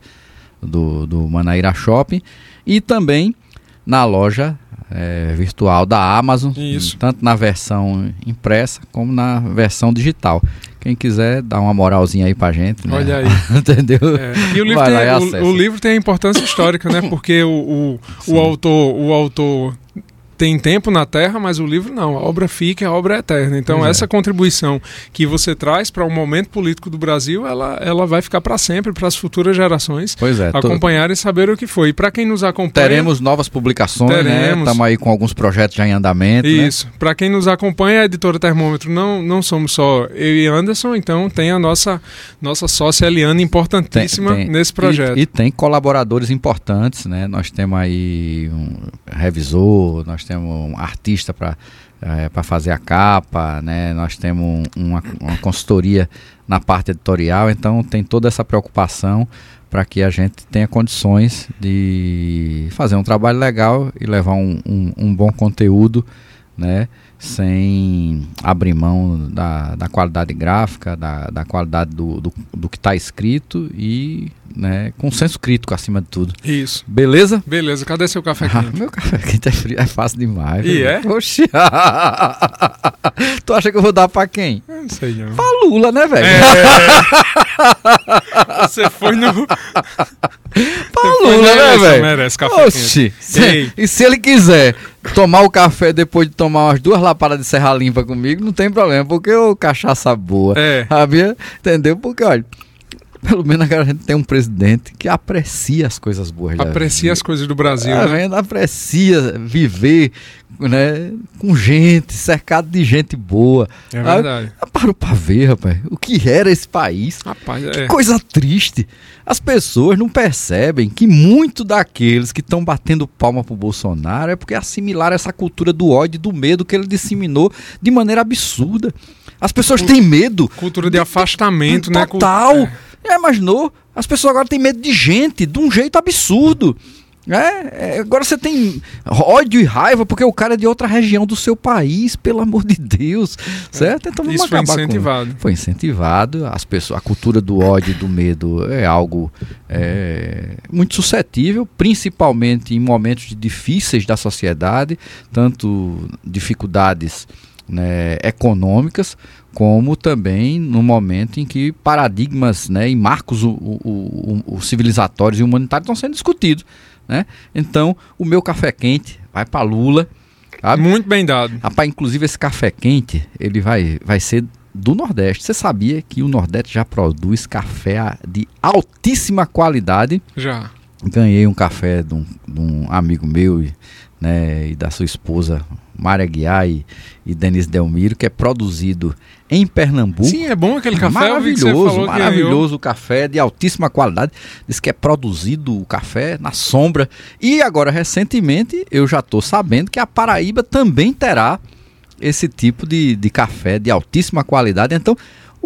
S1: do, do Manaíra Shopping, e também na loja é, virtual da Amazon,
S2: Isso.
S1: tanto na versão impressa como na versão digital. Quem quiser dar uma moralzinha aí pra gente, né?
S2: Olha aí.
S1: Entendeu?
S2: É. E o livro, tem, o, o livro tem importância histórica, né? Porque o, o, o autor... O autor tem tempo na Terra, mas o livro não. A obra fica, a obra é eterna. Então, pois essa é. contribuição que você traz para o momento político do Brasil, ela, ela vai ficar para sempre, para as futuras gerações
S1: pois é,
S2: acompanharem e saber o que foi. E para quem nos acompanha...
S1: Teremos novas publicações, teremos, né? Estamos aí com alguns projetos já em andamento.
S2: Isso.
S1: Né?
S2: Para quem nos acompanha, a Editora Termômetro não, não somos só eu e Anderson, então tem a nossa, nossa sócia Eliane importantíssima tem, tem. nesse projeto.
S1: E, e tem colaboradores importantes, né? Nós temos aí um revisor, nós temos um artista para é, para fazer a capa, né? Nós temos uma, uma consultoria na parte editorial, então tem toda essa preocupação para que a gente tenha condições de fazer um trabalho legal e levar um, um, um bom conteúdo, né? Sem abrir mão da, da qualidade gráfica, da, da qualidade do, do, do que está escrito e, né, com senso crítico acima de tudo.
S2: Isso.
S1: Beleza?
S2: Beleza. Cadê seu café quente?
S1: Ah, meu café quente é frio, é fácil demais.
S2: E é?
S1: Oxi. Tu acha que eu vou dar pra quem?
S2: Eu não sei não.
S1: Pra Lula, né, velho?
S2: É. Você foi no...
S1: Pra Lula, né, velho?
S2: Merece café
S1: Oxi. Se, e se ele quiser tomar o café depois de tomar umas duas lapadas de serra limpa comigo, não tem problema, porque o cachaça boa,
S2: é.
S1: sabia? Entendeu? Porque, olha, pelo menos agora a gente tem um presidente que aprecia as coisas boas.
S2: Aprecia as coisas do Brasil,
S1: a
S2: né?
S1: gente aprecia viver, né, com gente, cercado de gente boa.
S2: É verdade.
S1: Ah, parou pra ver, rapaz, o que era esse país.
S2: Rapaz,
S1: que
S2: é.
S1: coisa triste. As pessoas não percebem que muito daqueles que estão batendo palma pro Bolsonaro é porque assimilaram essa cultura do ódio e do medo que ele disseminou de maneira absurda. As pessoas têm medo.
S2: Cultura de afastamento,
S1: de,
S2: né?
S1: Total. É. Já imaginou? As pessoas agora têm medo de gente, de um jeito absurdo. É, é, agora você tem ódio e raiva porque o cara é de outra região do seu país, pelo amor de Deus, certo? Então vamos
S2: Isso foi
S1: acabar
S2: incentivado.
S1: Com... Foi incentivado. As pessoas, a cultura do ódio e do medo é algo é, muito suscetível, principalmente em momentos difíceis da sociedade, tanto dificuldades, né, econômicas, como também no momento em que paradigmas, né, e marcos o, o, o, o civilizatórios e humanitários estão sendo discutidos. Né? Então, o meu café quente vai para Lula. Sabe?
S2: Muito bem dado.
S1: Rapaz, inclusive esse café quente, ele vai, vai ser do Nordeste. Você sabia que o Nordeste já produz café de altíssima qualidade?
S2: Já.
S1: Ganhei um café de um, de um amigo meu, né, e da sua esposa, Mária Guiar e, e Denise Delmiro, que é produzido em Pernambuco.
S2: Sim, é bom aquele café.
S1: Maravilhoso, maravilhoso o café de altíssima qualidade. Diz que é produzido o café na sombra. E agora, recentemente, eu já estou sabendo que a Paraíba também terá esse tipo de, de café de altíssima qualidade. Então,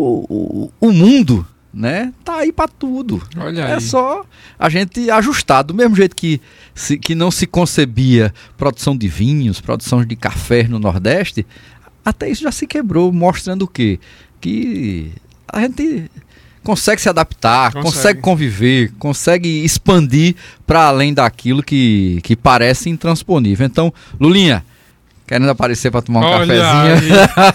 S1: o, o, o mundo, né, tá aí para tudo.
S2: Olha
S1: é
S2: aí.
S1: Só a gente ajustar. Do mesmo jeito que, se, que não se concebia produção de vinhos, produção de café no Nordeste, até isso já se quebrou, mostrando o quê? Que a gente consegue se adaptar, consegue, consegue conviver, consegue expandir para além daquilo que, que parece intransponível. Então, Lulinha, querendo aparecer para tomar um
S2: Olha
S1: cafezinho,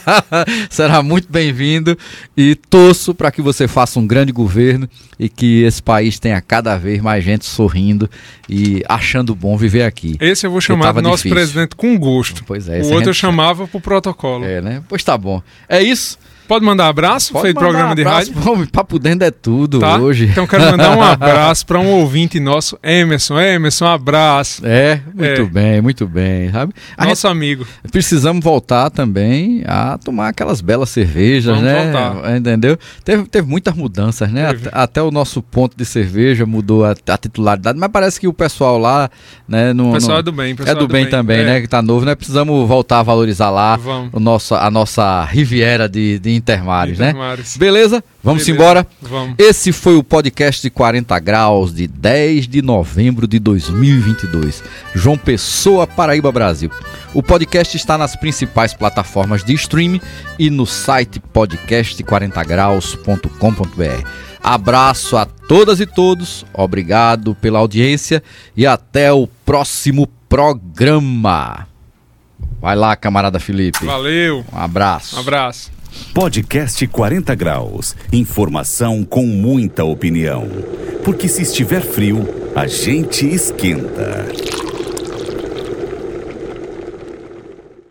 S1: será muito bem-vindo e torço para que você faça um grande governo e que esse país tenha cada vez mais gente sorrindo e achando bom viver aqui.
S2: Esse eu vou chamar do nosso difícil. presidente com gosto.
S1: Pois é.
S2: O outro gente... eu chamava pro protocolo.
S1: É, né? Pois tá bom. É isso.
S2: Pode mandar abraço?
S1: Pode
S2: Feito
S1: mandar
S2: programa
S1: um
S2: de rádio?
S1: Papo Dentro é tudo
S2: tá?
S1: hoje.
S2: Então quero mandar um abraço para um ouvinte nosso, Emerson. Emerson, um abraço.
S1: É, muito é. bem, muito bem. Sabe?
S2: A Nosso amigo.
S1: Precisamos voltar também a tomar aquelas belas cervejas,
S2: Vamos
S1: né?
S2: voltar.
S1: Entendeu? Teve, teve muitas mudanças, né? Até, até o nosso ponto de cerveja mudou a, a titularidade, mas parece que o pessoal lá, né? No,
S2: o pessoal
S1: no,
S2: é do bem. Pessoal
S1: é do, do bem, bem também, é. né? Que tá novo, né? Precisamos voltar a valorizar lá o nosso, a nossa Riviera de, de Intermares, né? Beleza? Vamos
S2: Beleza.
S1: embora?
S2: Vamos.
S1: Esse foi o podcast de quarenta graus de dez de novembro de dois mil e vinte e dois. João Pessoa, Paraíba, Brasil. O podcast está nas principais plataformas de streaming e no site podcast quarenta graus ponto com ponto b r. Abraço a todas e todos, obrigado pela audiência e até o próximo programa. Vai lá, camarada Felipe.
S2: Valeu.
S1: Um abraço.
S2: Um abraço.
S3: Podcast quarenta graus. Informação com muita opinião. Porque se estiver frio, a gente esquenta.